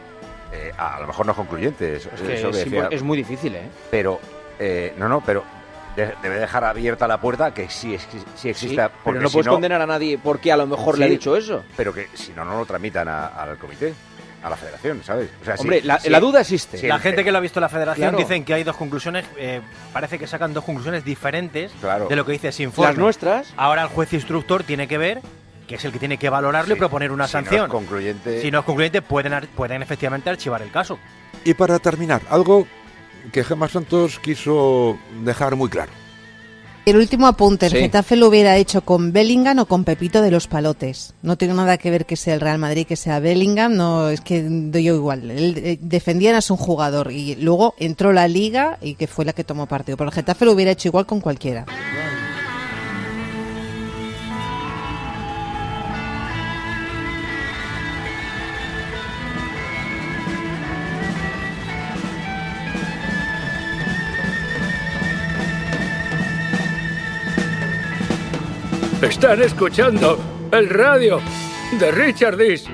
a lo mejor no es concluyente. Es muy difícil, ¿eh? Pero, pero debe dejar abierta la puerta que sí exista. Pero no puedes condenar a nadie porque a lo mejor le ha dicho eso. Pero que si no lo tramitan al comité, a la federación, ¿sabes? O sea, hombre, la duda existe. La gente que lo ha visto en la federación dicen que hay dos conclusiones, parece que sacan dos conclusiones diferentes de lo que dice ese informe. Las nuestras. Ahora el juez instructor tiene que ver, que es el que tiene que valorarlo y proponer una sanción. Si no es concluyente, pueden efectivamente archivar el caso. Y para terminar, algo que Gemma Santos quiso dejar muy claro. El último apunte, el Getafe lo hubiera hecho con Bellingham o con Pepito de los Palotes. No tiene nada que ver que sea el Real Madrid, que sea Bellingham, no, es que doy yo igual. Él defendían a su jugador y luego entró la Liga y que fue la que tomó partido. Pero el Getafe lo hubiera hecho igual con cualquiera. Están escuchando el radio de Richard Dees.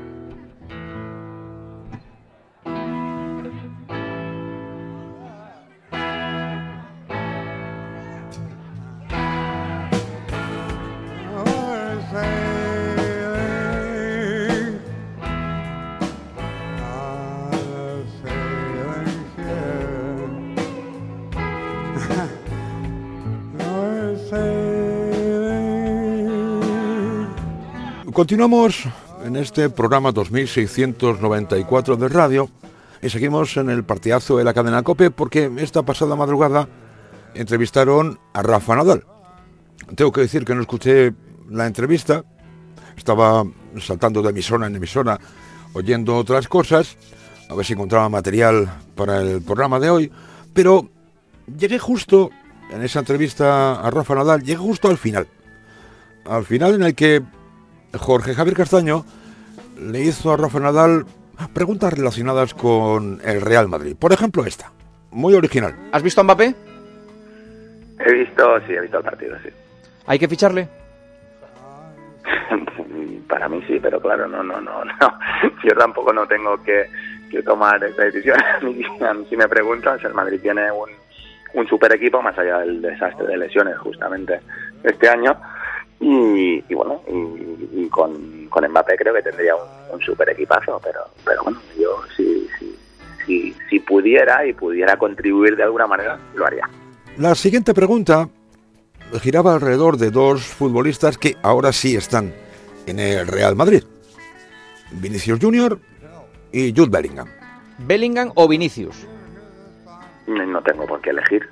Continuamos en este programa 2694 de radio y seguimos en el partidazo de la cadena COPE porque esta pasada madrugada entrevistaron a Rafa Nadal. Tengo que decir que no escuché la entrevista, estaba saltando de emisora en emisora oyendo otras cosas, a ver si encontraba material para el programa de hoy, pero llegué justo en esa entrevista a Rafa Nadal, llegué justo al final en el que Jorge Javier Castaño le hizo a Rafa Nadal preguntas relacionadas con el Real Madrid. Por ejemplo, esta, muy original. ¿Has visto a Mbappé? He visto el partido, sí. ¿Hay que ficharle? Para mí sí, pero claro, no. Yo tampoco no tengo que tomar esta decisión. Si me preguntas, el Madrid tiene un super equipo, más allá del desastre de lesiones justamente este año, y bueno, y con Mbappé creo que tendría un super equipazo, pero bueno, yo si pudiera contribuir de alguna manera, lo haría. La siguiente pregunta giraba alrededor de dos futbolistas que ahora sí están en el Real Madrid: Vinicius Junior y Jude Bellingham. ¿Bellingham o Vinicius? No tengo por qué elegir.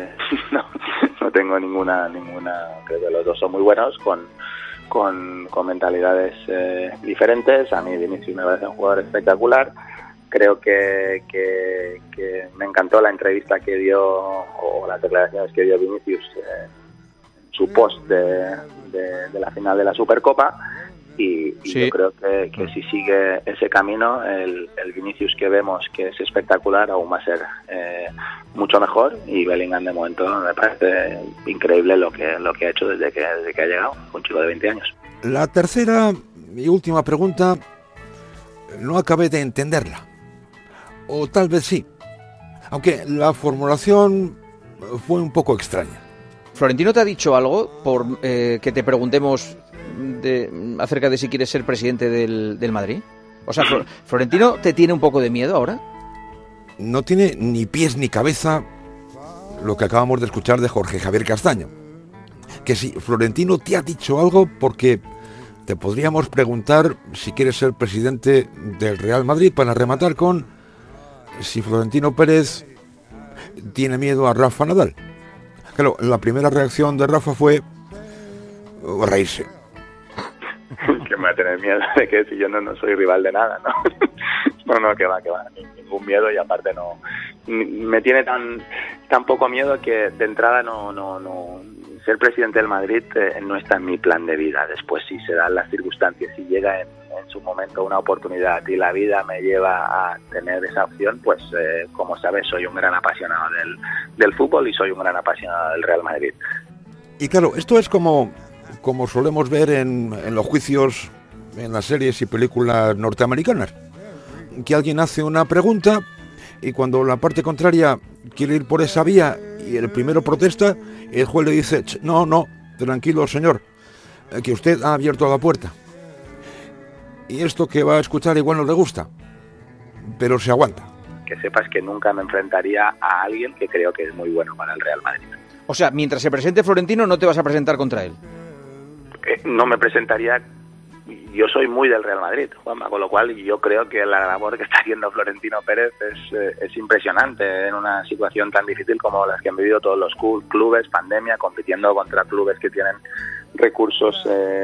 No tengo ninguna. Creo que los dos son muy buenos, con mentalidades diferentes. A mí Vinicius me parece un jugador espectacular. Creo que me encantó la entrevista que dio, o las declaraciones que dio Vinicius en su post de la final de la Supercopa. Y sí, yo creo que si sigue ese camino, el Vinicius que vemos, que es espectacular, aún va a ser mucho mejor. Y Bellingham, de momento, me parece increíble lo que ha hecho desde que ha llegado, un chico de 20 años. La tercera y última pregunta no acabé de entenderla, o tal vez sí, aunque la formulación fue un poco extraña. ¿Florentino te ha dicho algo por que te preguntemos acerca de si quieres ser presidente del Madrid? O sea, ¿Florentino te tiene un poco de miedo ahora? No tiene ni pies ni cabeza lo que acabamos de escuchar de Jorge Javier Castaño. Que si Florentino te ha dicho algo, porque te podríamos preguntar si quieres ser presidente del Real Madrid, para rematar con si Florentino Pérez tiene miedo a Rafa Nadal. Claro, la primera reacción de Rafa fue reírse. Que me va a tener miedo de que si yo no soy rival de nada, ¿no? No, que va, ningún miedo, y aparte no me tiene tan poco miedo que de entrada no ser presidente del Madrid no está en mi plan de vida. Después, si se dan las circunstancias, si llega en su momento una oportunidad y la vida me lleva a tener esa opción, pues como sabes, soy un gran apasionado del fútbol y soy un gran apasionado del Real Madrid. Y claro, esto es como solemos ver en los juicios, en las series y películas norteamericanas, que alguien hace una pregunta y cuando la parte contraria quiere ir por esa vía y el primero protesta, el juez le dice: no, tranquilo señor, que usted ha abierto la puerta. Y esto que va a escuchar igual no le gusta, pero se aguanta. Que sepas que nunca me enfrentaría a alguien que creo que es muy bueno para el Real Madrid. O sea, mientras se presente Florentino, no te vas a presentar contra él. No me presentaría. Yo soy muy del Real Madrid, Juanma, con lo cual yo creo que la labor que está haciendo Florentino Pérez es impresionante en una situación tan difícil como las que han vivido todos los clubes, pandemia, compitiendo contra clubes que tienen recursos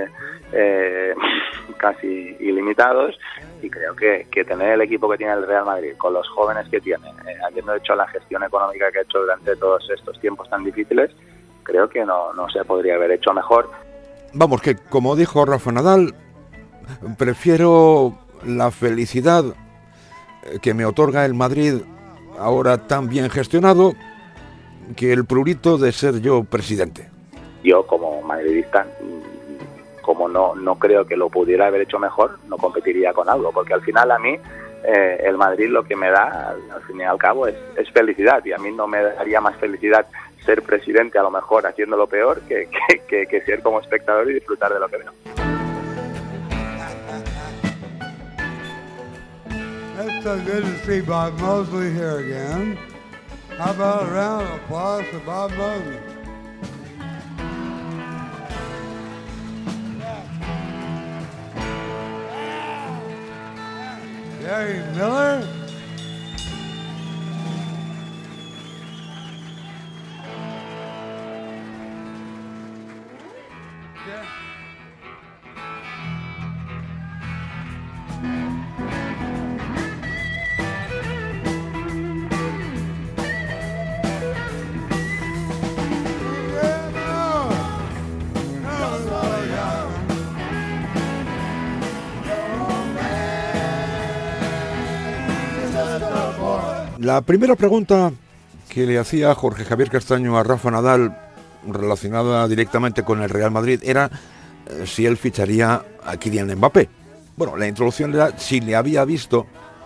casi ilimitados, y creo que tener el equipo que tiene el Real Madrid, con los jóvenes que tiene, habiendo hecho la gestión económica que ha hecho durante todos estos tiempos tan difíciles, creo que no se podría haber hecho mejor. Vamos, que como dijo Rafa Nadal, prefiero la felicidad que me otorga el Madrid ahora tan bien gestionado que el prurito de ser yo presidente. Yo como madridista, como no creo que lo pudiera haber hecho mejor, no competiría con algo, porque al final a mí el Madrid lo que me da al fin y al cabo es felicidad, y a mí no me daría más felicidad ser presidente, a lo mejor haciéndolo peor, que ser como espectador y disfrutar de lo que veo. It's so good to see Bob Mosley here again. How about a round of applause for Bob Mosley? Gary Miller. La primera pregunta que le hacía Jorge Javier Castaño a Rafa Nadal, relacionada directamente con el Real Madrid, era si él ficharía a Kylian Mbappé. Bueno, la introducción era si le había visto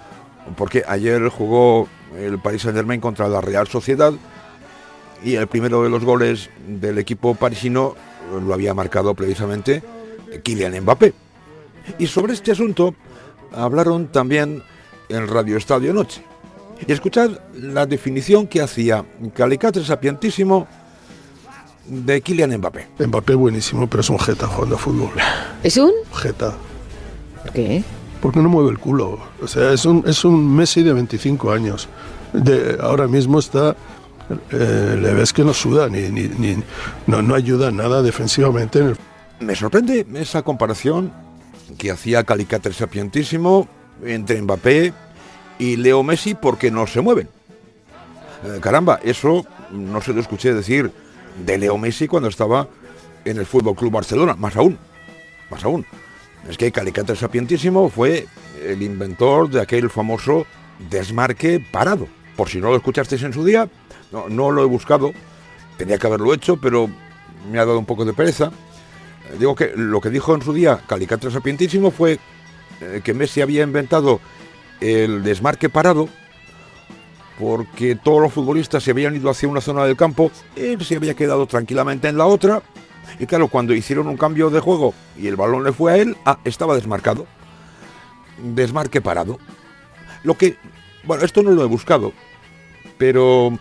porque ayer jugó el Paris Saint-Germain contra la Real Sociedad y el primero de los goles del equipo parisino lo había marcado precisamente Kylian Mbappé. Y sobre este asunto hablaron también en Radio Estadio Noche. Y escuchad la definición que hacía Calicatre Sapientísimo de Kylian Mbappé. Mbappé buenísimo, pero es un jeta jugando a fútbol. ¿Es un? Jeta. ¿Por qué? Porque no mueve el culo. O sea, es un Messi de 25 años. Ahora mismo está... le ves que no suda, no ayuda nada defensivamente. Me sorprende esa comparación que hacía Calicatre Sapientísimo entre Mbappé y Leo Messi porque no se mueven. Caramba, eso no se lo escuché decir de Leo Messi cuando estaba en el Fútbol Club Barcelona, más aún. Es que Calicatre Sapientísimo fue el inventor de aquel famoso desmarque parado. Por si no lo escuchasteis en su día, no lo he buscado, tenía que haberlo hecho, pero me ha dado un poco de pereza. Digo que lo que dijo en su día Calicatre Sapientísimo fue que Messi había inventado el desmarque parado porque todos los futbolistas se habían ido hacia una zona del campo, él se había quedado tranquilamente en la otra, y claro, cuando hicieron un cambio de juego y el balón le fue a él, estaba desmarcado. Desmarque parado. Lo que, bueno, esto no lo he buscado, pero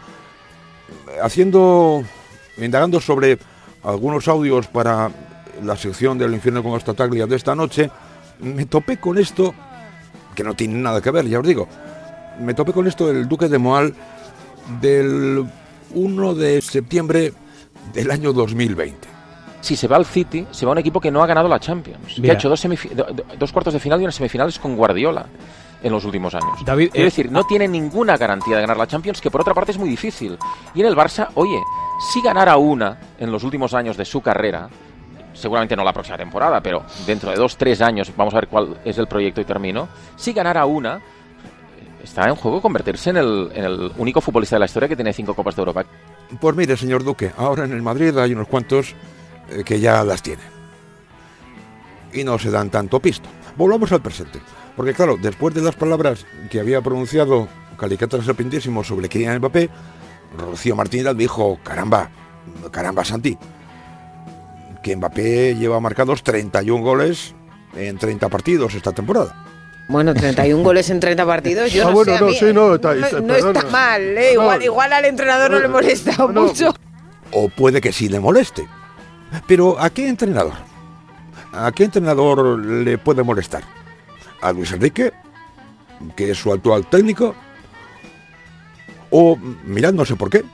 indagando sobre algunos audios para la sección del Infierno con Ostataglia de esta noche, me topé con esto, que no tiene nada que ver, ya os digo. Me topé con esto del Duque de Moal del 1 de septiembre del año 2020. Si se va al City, se va a un equipo que no ha ganado la Champions. Que ha hecho dos cuartos de final y unas semifinales con Guardiola en los últimos años. David, es decir, no tiene ninguna garantía de ganar la Champions, que por otra parte es muy difícil. Y en el Barça, oye, si ganara una en los últimos años de su carrera, seguramente no la próxima temporada, pero dentro de 2-3 años, vamos a ver cuál es el proyecto y termino, si ganara una, está en juego convertirse en el único futbolista de la historia que tiene 5 Copas de Europa. Pues mire, señor Duque, ahora en el Madrid hay unos cuantos que ya las tienen y no se dan tanto pisto. Volvamos al presente, porque claro, después de las palabras que había pronunciado Calicatre Sapientísimo sobre Kylian Mbappé, Rocío Martínez dijo: caramba Santi, que Mbappé lleva marcados 31 goles en 30 partidos esta temporada. Bueno, 31 goles en 30 partidos, yo no bueno, sé, no, no está mal, igual al entrenador no le molesta mucho. O puede que sí le moleste. Pero ¿a qué entrenador? ¿A qué entrenador le puede molestar? ¿A Luis Enrique, que es su actual técnico? O, mirad, no sé por qué,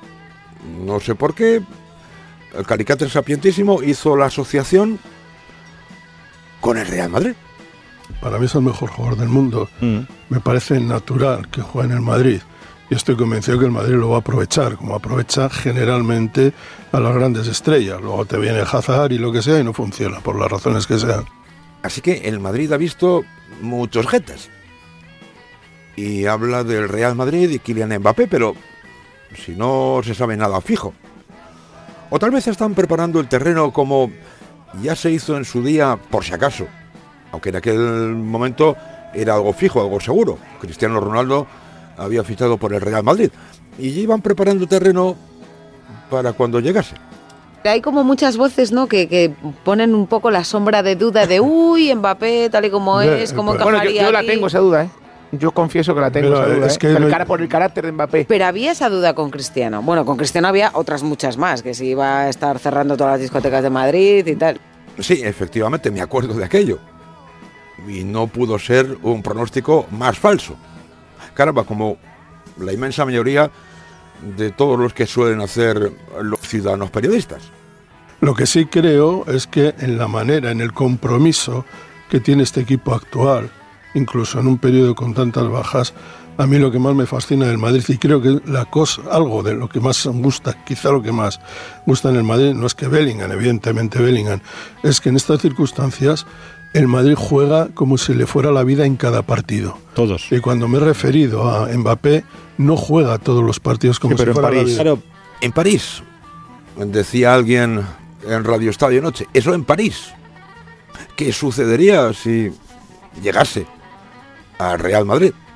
el Calicatre Sapientísimo hizo la asociación con el Real Madrid. Para mí es el mejor jugador del mundo. Me parece natural que juegue en el Madrid. Y estoy convencido que el Madrid lo va a aprovechar, como aprovecha generalmente a las grandes estrellas. Luego te viene Hazard y lo que sea y no funciona, por las razones que sean. Así que el Madrid ha visto muchos jetas. Y habla del Real Madrid y Kylian Mbappé, pero si no se sabe nada fijo. O tal vez están preparando el terreno como ya se hizo en su día, por si acaso. Aunque en aquel momento era algo fijo, algo seguro. Cristiano Ronaldo había fichado por el Real Madrid. Y iban preparando terreno para cuando llegase. Hay como muchas voces, ¿no?, que ponen un poco la sombra de duda de uy, Mbappé, tal y como es, cómo encajaría. Bueno, yo la tengo esa duda, ¿eh? Yo confieso que la tengo, esa duda, por el carácter de Mbappé. Pero había esa duda con Cristiano. Bueno, con Cristiano había otras muchas más, que si iba a estar cerrando todas las discotecas de Madrid y tal. Sí, efectivamente, me acuerdo de aquello. Y no pudo ser un pronóstico más falso. Caramba, como la inmensa mayoría de todos los que suelen hacer los ciudadanos periodistas. Lo que sí creo es que en la manera, en el compromiso que tiene este equipo actual, incluso en un periodo con tantas bajas, a mí lo que más me fascina del Madrid, y creo que algo de lo que más gusta, quizá lo que más gusta en el Madrid, no es que Bellingham, evidentemente Bellingham, es que en estas circunstancias el Madrid juega como si le fuera la vida en cada partido. Todos. Y cuando me he referido a Mbappé, no juega todos los partidos como si fuera la vida. Claro, en París, decía alguien en Radio Estadio Noche, eso en París. ¿Qué sucedería si llegase al Real Madrid?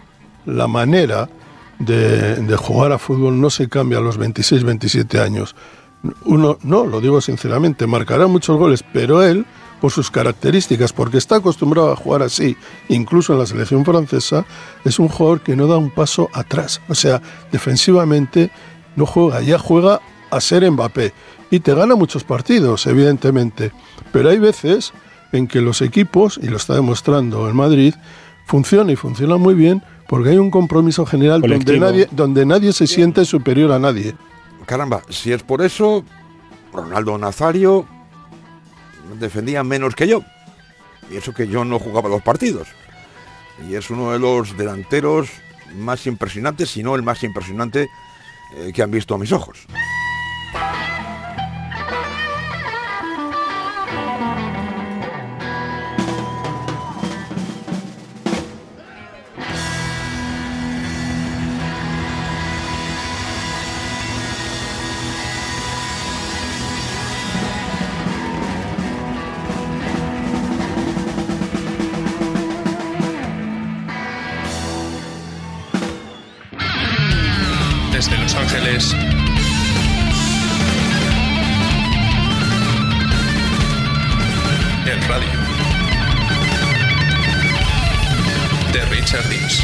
la manera de jugar a fútbol no se cambia a los 26, 27 años. Uno, no, lo digo sinceramente, marcará muchos goles, pero él, por sus características, porque está acostumbrado a jugar así, incluso en la selección francesa, es un jugador que no da un paso atrás. O sea, defensivamente no juega, ya juega a ser Mbappé. Y te gana muchos partidos, evidentemente. Pero hay veces en que los equipos, y lo está demostrando el Madrid, funciona y funciona muy bien porque hay un compromiso general donde nadie se siente superior a nadie. Caramba, si es por eso, Ronaldo Nazario defendía menos que yo. Y eso que yo no jugaba los partidos. Y es uno de los delanteros más impresionantes, si no el más impresionante que han visto a mis ojos. Desde Los Ángeles, en radio, de Richard Dees.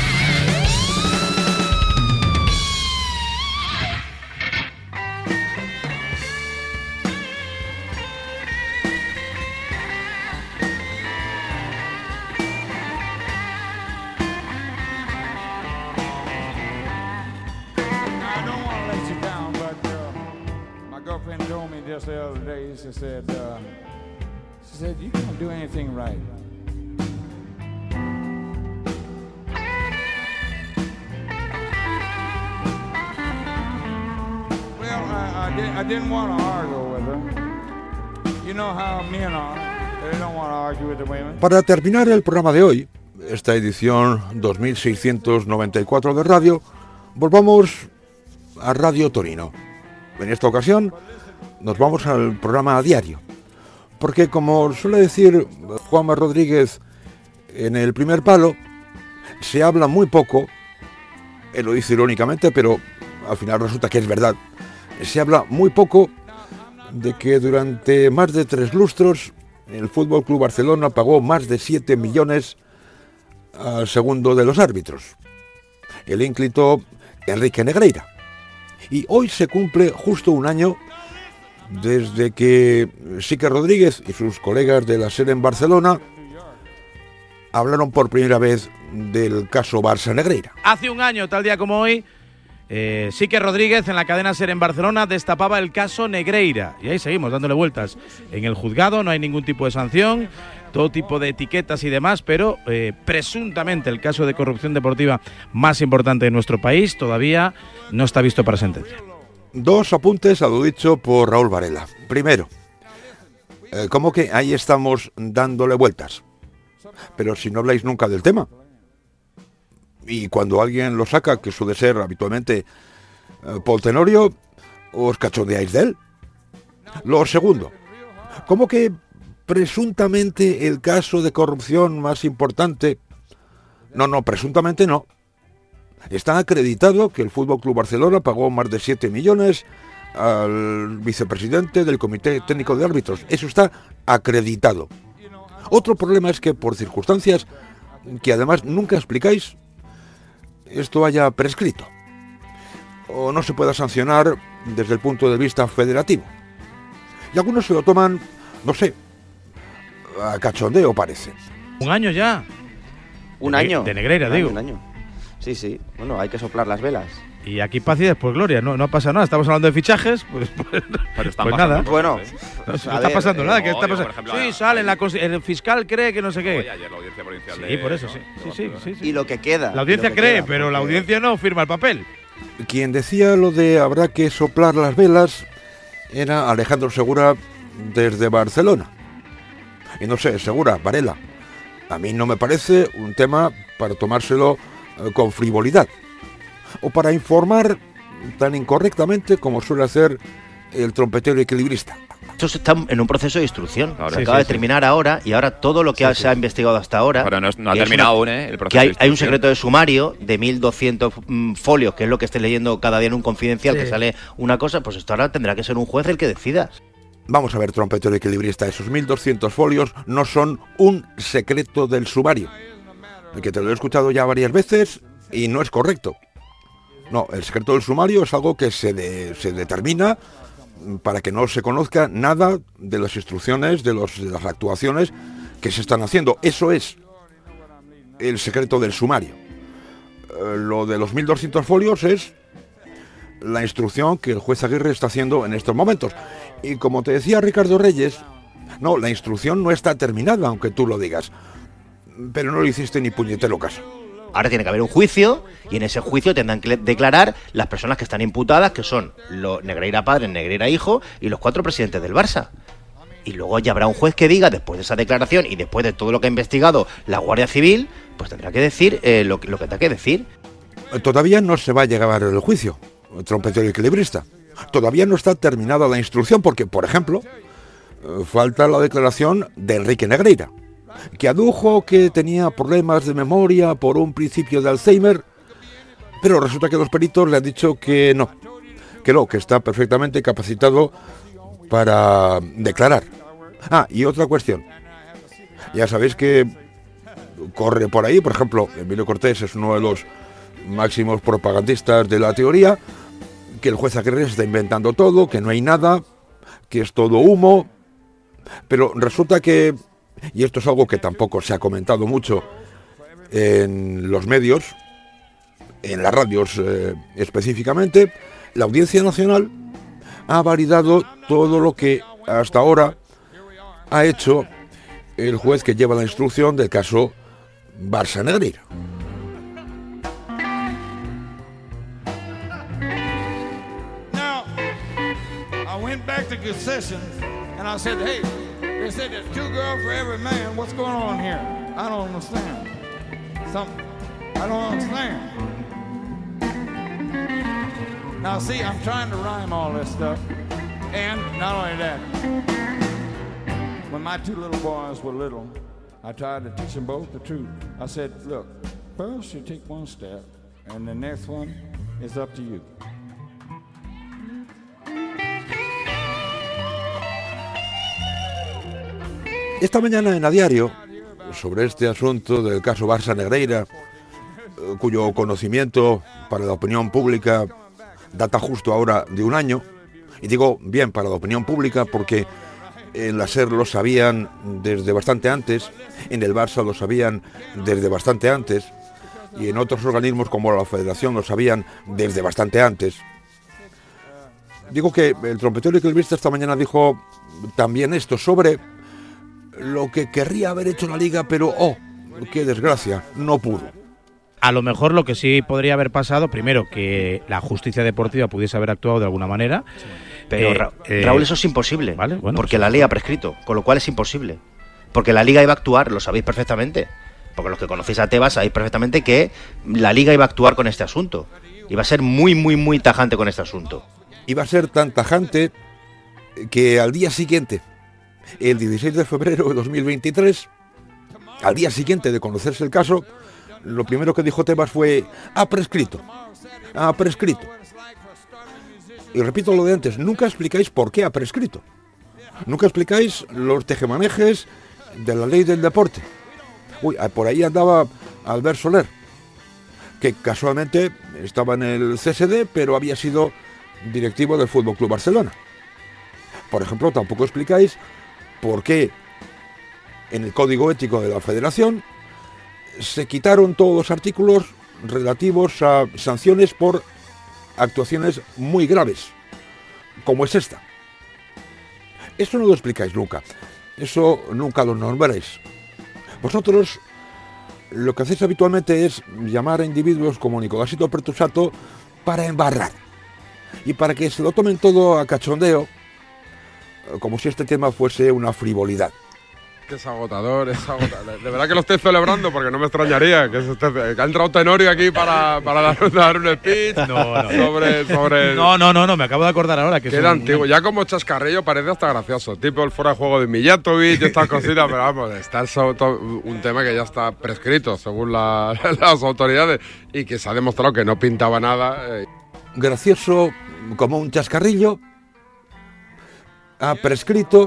Just the other day, she said, you can't do anything right. Well, I didn't want to argue with her. You know how men are. They don't want to argue with the women. Para terminar el programa de hoy, esta edición 2694 de radio, volvamos a Radio Torino. En esta ocasión nos vamos al programa a diario, porque como suele decir Juanma Rodríguez en El Primer Palo, se habla muy poco, él lo dice irónicamente, pero al final resulta que es verdad, se habla muy poco de que durante más de 3 lustros el Fútbol Club Barcelona pagó más de 7 millones al segundo de los árbitros, el ínclito Enrique Negreira. Y hoy se cumple justo un año desde que Sique Rodríguez y sus colegas de la SER en Barcelona hablaron por primera vez del caso Barça Negreira. Hace un año, tal día como hoy, Sique Rodríguez en la cadena SER en Barcelona destapaba el caso Negreira. Y ahí seguimos dándole vueltas. En el juzgado no hay ningún tipo de sanción, todo tipo de etiquetas y demás, pero presuntamente el caso de corrupción deportiva más importante de nuestro país todavía no está visto para sentencia. 2 apuntes a lo dicho por Raúl Varela. Primero, ¿cómo que ahí estamos dándole vueltas? Pero si no habláis nunca del tema. Y cuando alguien lo saca, que suele ser habitualmente Paul Tenorio, os cachondeáis de él. Lo segundo, ¿cómo que presuntamente el caso de corrupción más importante? No, presuntamente no. Está acreditado que el Fútbol Club Barcelona pagó más de 7 millones al vicepresidente del Comité Técnico de Árbitros. Eso está acreditado. Otro problema es que por circunstancias que además nunca explicáis, esto haya prescrito o no se pueda sancionar desde el punto de vista federativo. Y algunos se lo toman, no sé, a cachondeo parece. Un año ya. Un año. De Negreira, digo. Un año. Sí. Bueno, hay que soplar las velas. Y aquí paz y después gloria, no pasa nada. Estamos hablando de fichajes, pues nada. Bueno, no está pasando nada. ¿Qué está pasando? Ejemplo, sí, sale, el fiscal cree que no sé qué. Oye, ayer la audiencia provincial sí, por eso, sí. Y lo que queda. La audiencia cree, pero la audiencia no firma el papel. Quien decía lo de habrá que soplar las velas era Alejandro Segura desde Barcelona. Y no sé, Segura, Varela, a mí no me parece un tema para tomárselo con frivolidad o para informar tan incorrectamente como suele hacer el trompetero equilibrista. Esto está en un proceso de instrucción. Acaba de terminar ahora, y ahora todo lo que se ha investigado hasta ahora... Pero no ha terminado aún, el proceso que de hay un secreto de sumario de 1.200 folios, que es lo que estés leyendo cada día en un Confidencial, que sale una cosa, pues esto ahora tendrá que ser un juez el que decida. Vamos a ver, trompetero equilibrista, esos 1.200 folios no son un secreto del sumario. Que te lo he escuchado ya varias veces y no es correcto. No, el secreto del sumario es algo que se determina para que no se conozca nada de las instrucciones, de las actuaciones que se están haciendo. Eso es el secreto del sumario. Lo de los 1.200 folios es la instrucción que el juez Aguirre está haciendo en estos momentos. Y como te decía Ricardo Reyes, no, la instrucción no está terminada, aunque tú lo digas. Pero no le hiciste ni puñetero caso. Ahora tiene que haber un juicio, y en ese juicio tendrán que declarar las personas que están imputadas, que son Negreira padre, Negreira hijo, y los 4 presidentes del Barça. Y luego ya habrá un juez que diga, después de esa declaración y después de todo lo que ha investigado la Guardia Civil, pues tendrá que decir lo que tenga que decir. Todavía no se va a llegar el juicio, trompetero equilibrista. Todavía no está terminada la instrucción porque, por ejemplo, falta la declaración de Enrique Negreira, que adujo que tenía problemas de memoria por un principio de Alzheimer, pero resulta que los peritos le han dicho que no, que está perfectamente capacitado para declarar. Y otra cuestión. Ya sabéis que corre por ahí, por ejemplo, Emilio Cortés es uno de los máximos propagandistas de la teoría, que el juez Aguirre está inventando todo, que no hay nada, que es todo humo, pero resulta que, y esto es algo que tampoco se ha comentado mucho en los medios, en las radios específicamente, la Audiencia Nacional ha validado todo lo que hasta ahora ha hecho el juez que lleva la instrucción del caso Barça Negreira. Now, I went back to concession and I said, hey, they said there's 2 girls for every man. What's going on here? I don't understand. I don't understand. Now, see, I'm trying to rhyme all this stuff. And not only that, when my 2 little boys were little, I tried to teach them both the truth. I said, look, first you take 1 step, and the next one is up to you. Esta mañana en A Diario, sobre este asunto del caso Barça Negreira, cuyo conocimiento para la opinión pública data justo ahora de 1 año, y digo bien para la opinión pública porque en la SER lo sabían desde bastante antes, en el Barça lo sabían desde bastante antes, y en otros organismos como la Federación lo sabían desde bastante antes. Digo que el trompetero equilibrista esta mañana dijo también esto sobre lo que querría haber hecho la Liga, pero qué desgracia, no pudo. A lo mejor lo que sí podría haber pasado, primero, que la justicia deportiva pudiese haber actuado de alguna manera. Sí. Pero Raúl, eso es imposible, ¿vale? Bueno, porque la ley ha prescrito, con lo cual es imposible. Porque la Liga iba a actuar, lo sabéis perfectamente. Porque los que conocéis a Tebas sabéis perfectamente que la Liga iba a actuar con este asunto. Iba a ser muy, muy, muy tajante con este asunto. Iba a ser tan tajante que al día siguiente, el 16 de febrero de 2023, al día siguiente de conocerse el caso, lo primero que dijo Tebas fue: ha prescrito. Y repito lo de antes, nunca explicáis por qué ha prescrito. Nunca explicáis los tejemanejes de la ley del deporte. Por ahí andaba Albert Soler, que casualmente estaba en el CSD, pero había sido directivo del Fútbol Club Barcelona. Por ejemplo, tampoco explicáis por qué en el Código Ético de la Federación se quitaron todos los artículos relativos a sanciones por actuaciones muy graves, como es esta. Eso no lo explicáis nunca. Eso nunca lo nombráis. Vosotros lo que hacéis habitualmente es llamar a individuos como Nicolásito Pertusato para embarrar y para que se lo tomen todo a cachondeo, como si este tema fuese una frivolidad. que es agotador, De verdad que lo estoy celebrando porque no me extrañaría que ha entrado Tenorio aquí para dar un speech sobre... No, me acabo de acordar ahora que queda antiguo. Ya como chascarrillo parece hasta gracioso. Tipo el fuera de juego de Mijatovic y estas cositas, pero vamos, está un tema que ya está prescrito según las autoridades y que se ha demostrado que no pintaba nada. Gracioso como un chascarrillo, ha prescrito,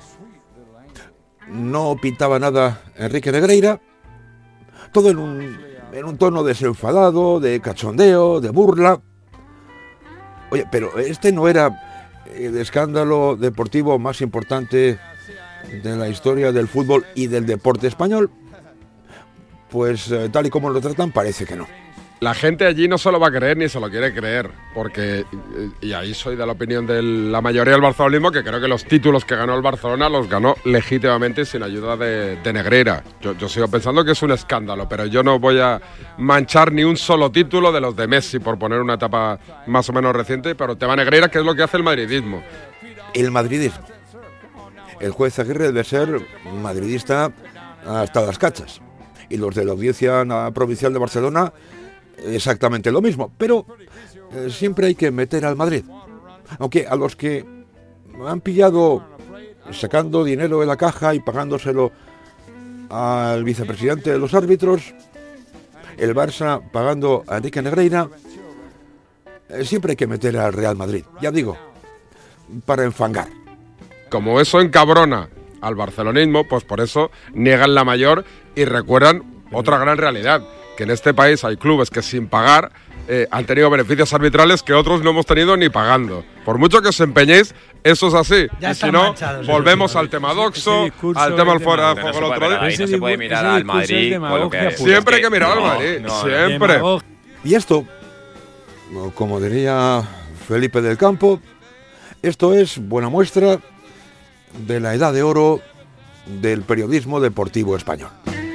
no pintaba nada Enrique Negreira, todo en un tono desenfadado, de cachondeo, de burla. Oye, pero este no era el escándalo deportivo más importante de la historia del fútbol y del deporte español. Pues tal y como lo tratan, parece que no. La gente allí no se lo va a creer ni se lo quiere creer, porque, y ahí soy de la opinión de la mayoría del barcelonismo, que creo que los títulos que ganó el Barcelona los ganó legítimamente sin ayuda de Negreira. Yo sigo pensando que es un escándalo, pero yo no voy a manchar ni un solo título de los de Messi, por poner una etapa más o menos reciente, pero el tema Negreira, que es lo que hace el madridismo. El madridismo. El juez Aguirre debe ser madridista hasta las cachas, y los de la Audiencia Provincial de Barcelona exactamente lo mismo, pero siempre hay que meter al Madrid. Aunque a los que han pillado sacando dinero de la caja y pagándoselo al vicepresidente de los árbitros, el Barça pagando a Enrique Negreira, siempre hay que meter al Real Madrid, ya digo, para enfangar. Como eso encabrona al barcelonismo, pues por eso niegan la mayor y recuerdan otra gran realidad, que en este país hay clubes que sin pagar han tenido beneficios arbitrales que otros no hemos tenido ni pagando. Por mucho que os empeñéis, eso es así. Ya y si no, volvemos al tema Doxo, al tema del fuera de juego el otro día. No se puede mirar al Madrid con lo que siempre hay que mirar al Madrid, siempre. Y esto, como diría Felipe del Campo, esto es buena muestra de la edad de oro del periodismo deportivo español.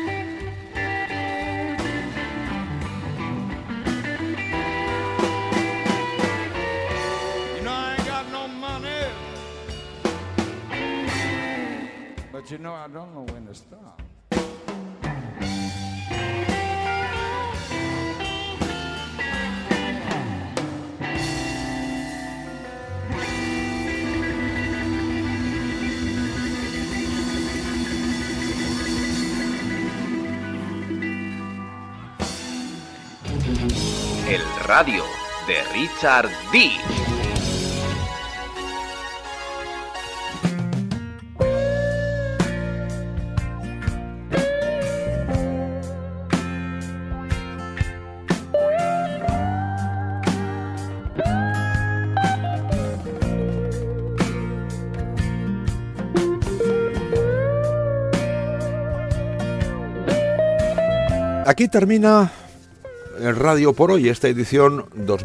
You know, I don't know when to stop. El radio de Richard Dean. Aquí termina el radio por hoy, esta edición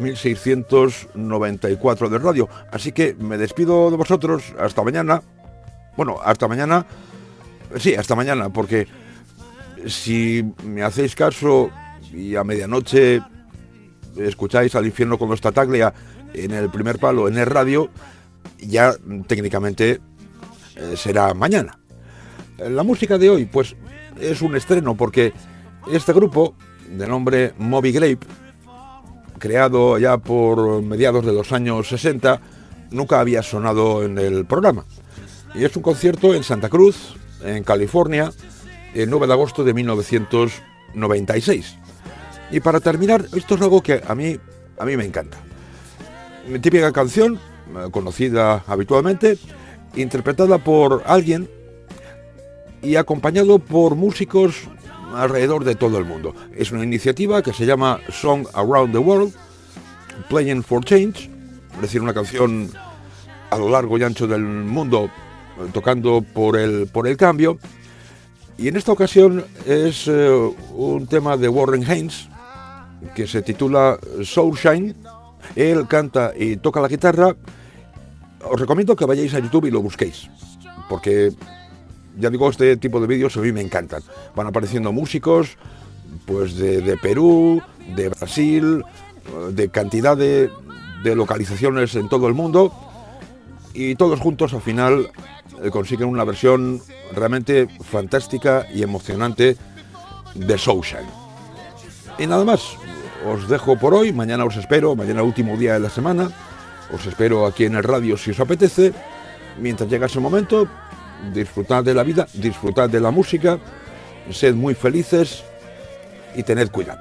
2694 del radio. Así que me despido de vosotros hasta mañana. Bueno, hasta mañana. Sí, hasta mañana, porque si me hacéis caso y a medianoche escucháis Al infierno con los Tataglia en el primer palo en el radio, ya técnicamente será mañana. La música de hoy, pues, es un estreno porque este grupo, de nombre Moby Grape, creado ya por mediados de los años 60, nunca había sonado en el programa. Y es un concierto en Santa Cruz, en California, el 9 de agosto de 1996. Y para terminar, esto es algo que a mí me encanta. Mi típica canción, conocida habitualmente, interpretada por alguien y acompañado por músicos alrededor de todo el mundo. Es una iniciativa que se llama Song Around the World, Playing for Change, es decir, una canción a lo largo y ancho del mundo tocando por el cambio. Y en esta ocasión es un tema de Warren Haynes que se titula Soulshine. Él canta y toca la guitarra. Os recomiendo que vayáis a YouTube y lo busquéis, porque ya digo, este tipo de vídeos a mí me encantan. Van apareciendo músicos pues de Perú, de Brasil, de cantidad de localizaciones en todo el mundo, y todos juntos al final consiguen una versión realmente fantástica y emocionante de Sunshine. Y nada más, os dejo por hoy, mañana os espero, mañana último día de la semana, os espero aquí en el radio si os apetece. Mientras llega ese momento, disfrutad de la vida, disfrutad de la música, sed muy felices y tened cuidado.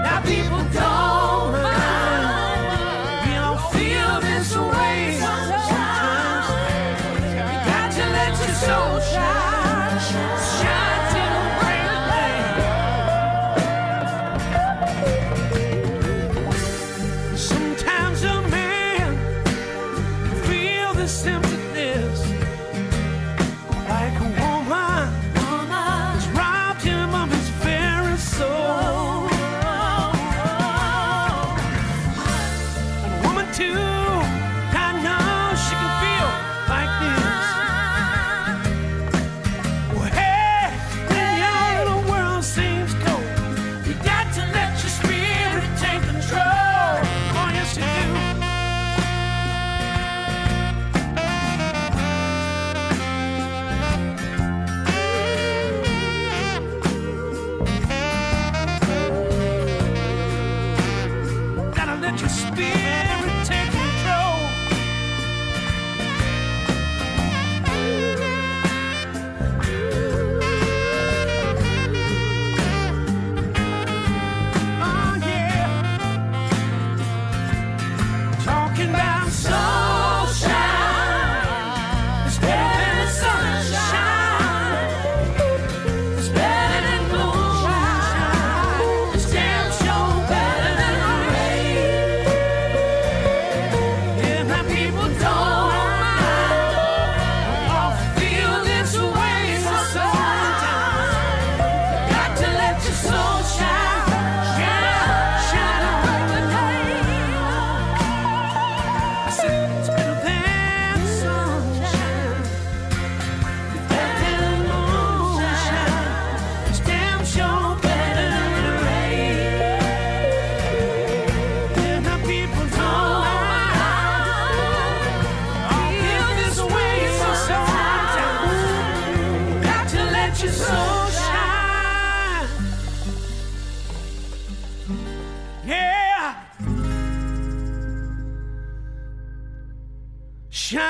Shine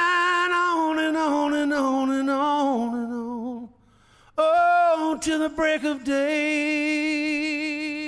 on and on and on and on and on, oh, till the break of day.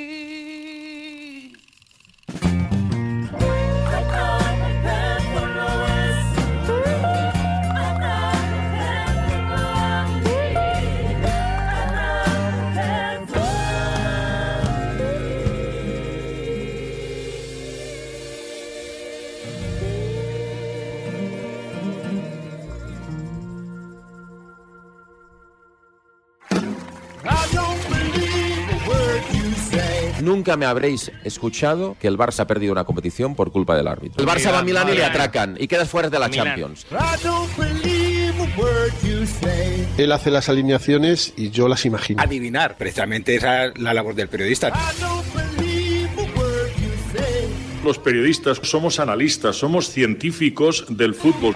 Nunca me habréis escuchado que el Barça ha perdido una competición por culpa del árbitro. El Barça va a Milán y le atracan y quedas fuera de la Champions. Él hace las alineaciones y yo las imagino. Adivinar, precisamente esa es la labor del periodista. Los periodistas somos analistas, somos científicos del fútbol.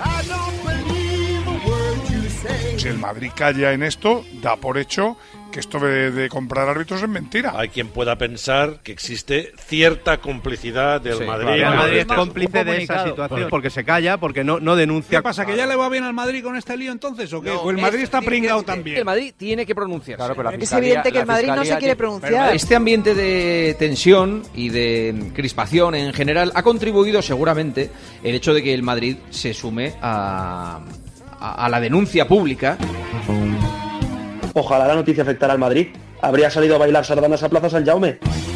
Si el Madrid calla en esto, da por hecho que esto de comprar árbitros es mentira. Hay quien pueda pensar que existe cierta complicidad del Madrid. El Madrid es cómplice de esa situación, porque se calla, porque no denuncia. ¿Qué pasa, que ya le va bien al Madrid con este lío entonces o qué? No, pues el Madrid está pringado también. El Madrid tiene que pronunciarse. Claro, pero es evidente que el Madrid no se quiere pronunciar. Este ambiente de tensión y de crispación en general ha contribuido seguramente el hecho de que el Madrid se sume a la denuncia pública. Ojalá la noticia afectara al Madrid. Habría salido a bailar sardanas a Plaza San Jaume.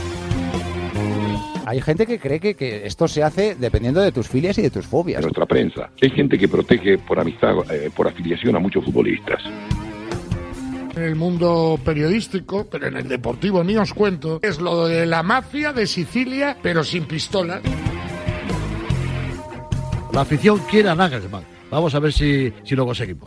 Hay gente que cree que esto se hace dependiendo de tus filias y de tus fobias. Nuestra prensa. Hay gente que protege por amistad, por afiliación a muchos futbolistas. En el mundo periodístico, pero en el deportivo ni os cuento, es lo de la mafia de Sicilia, pero sin pistolas. La afición quiere a Nagelsmann. Vamos a ver si lo conseguimos.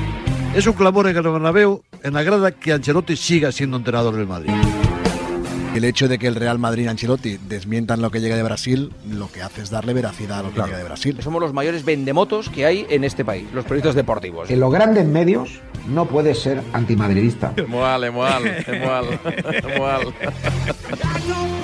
Es un clamor en el Bernabéu, en la grada, que Ancelotti siga siendo entrenador del Madrid. El hecho de que el Real Madrid y Ancelotti desmientan lo que llega de Brasil, lo que hace es darle veracidad a lo que llega de Brasil. Somos los mayores vendemotos que hay en este país, los periodistas deportivos. En los grandes medios no puedes ser antimadridista. Emual.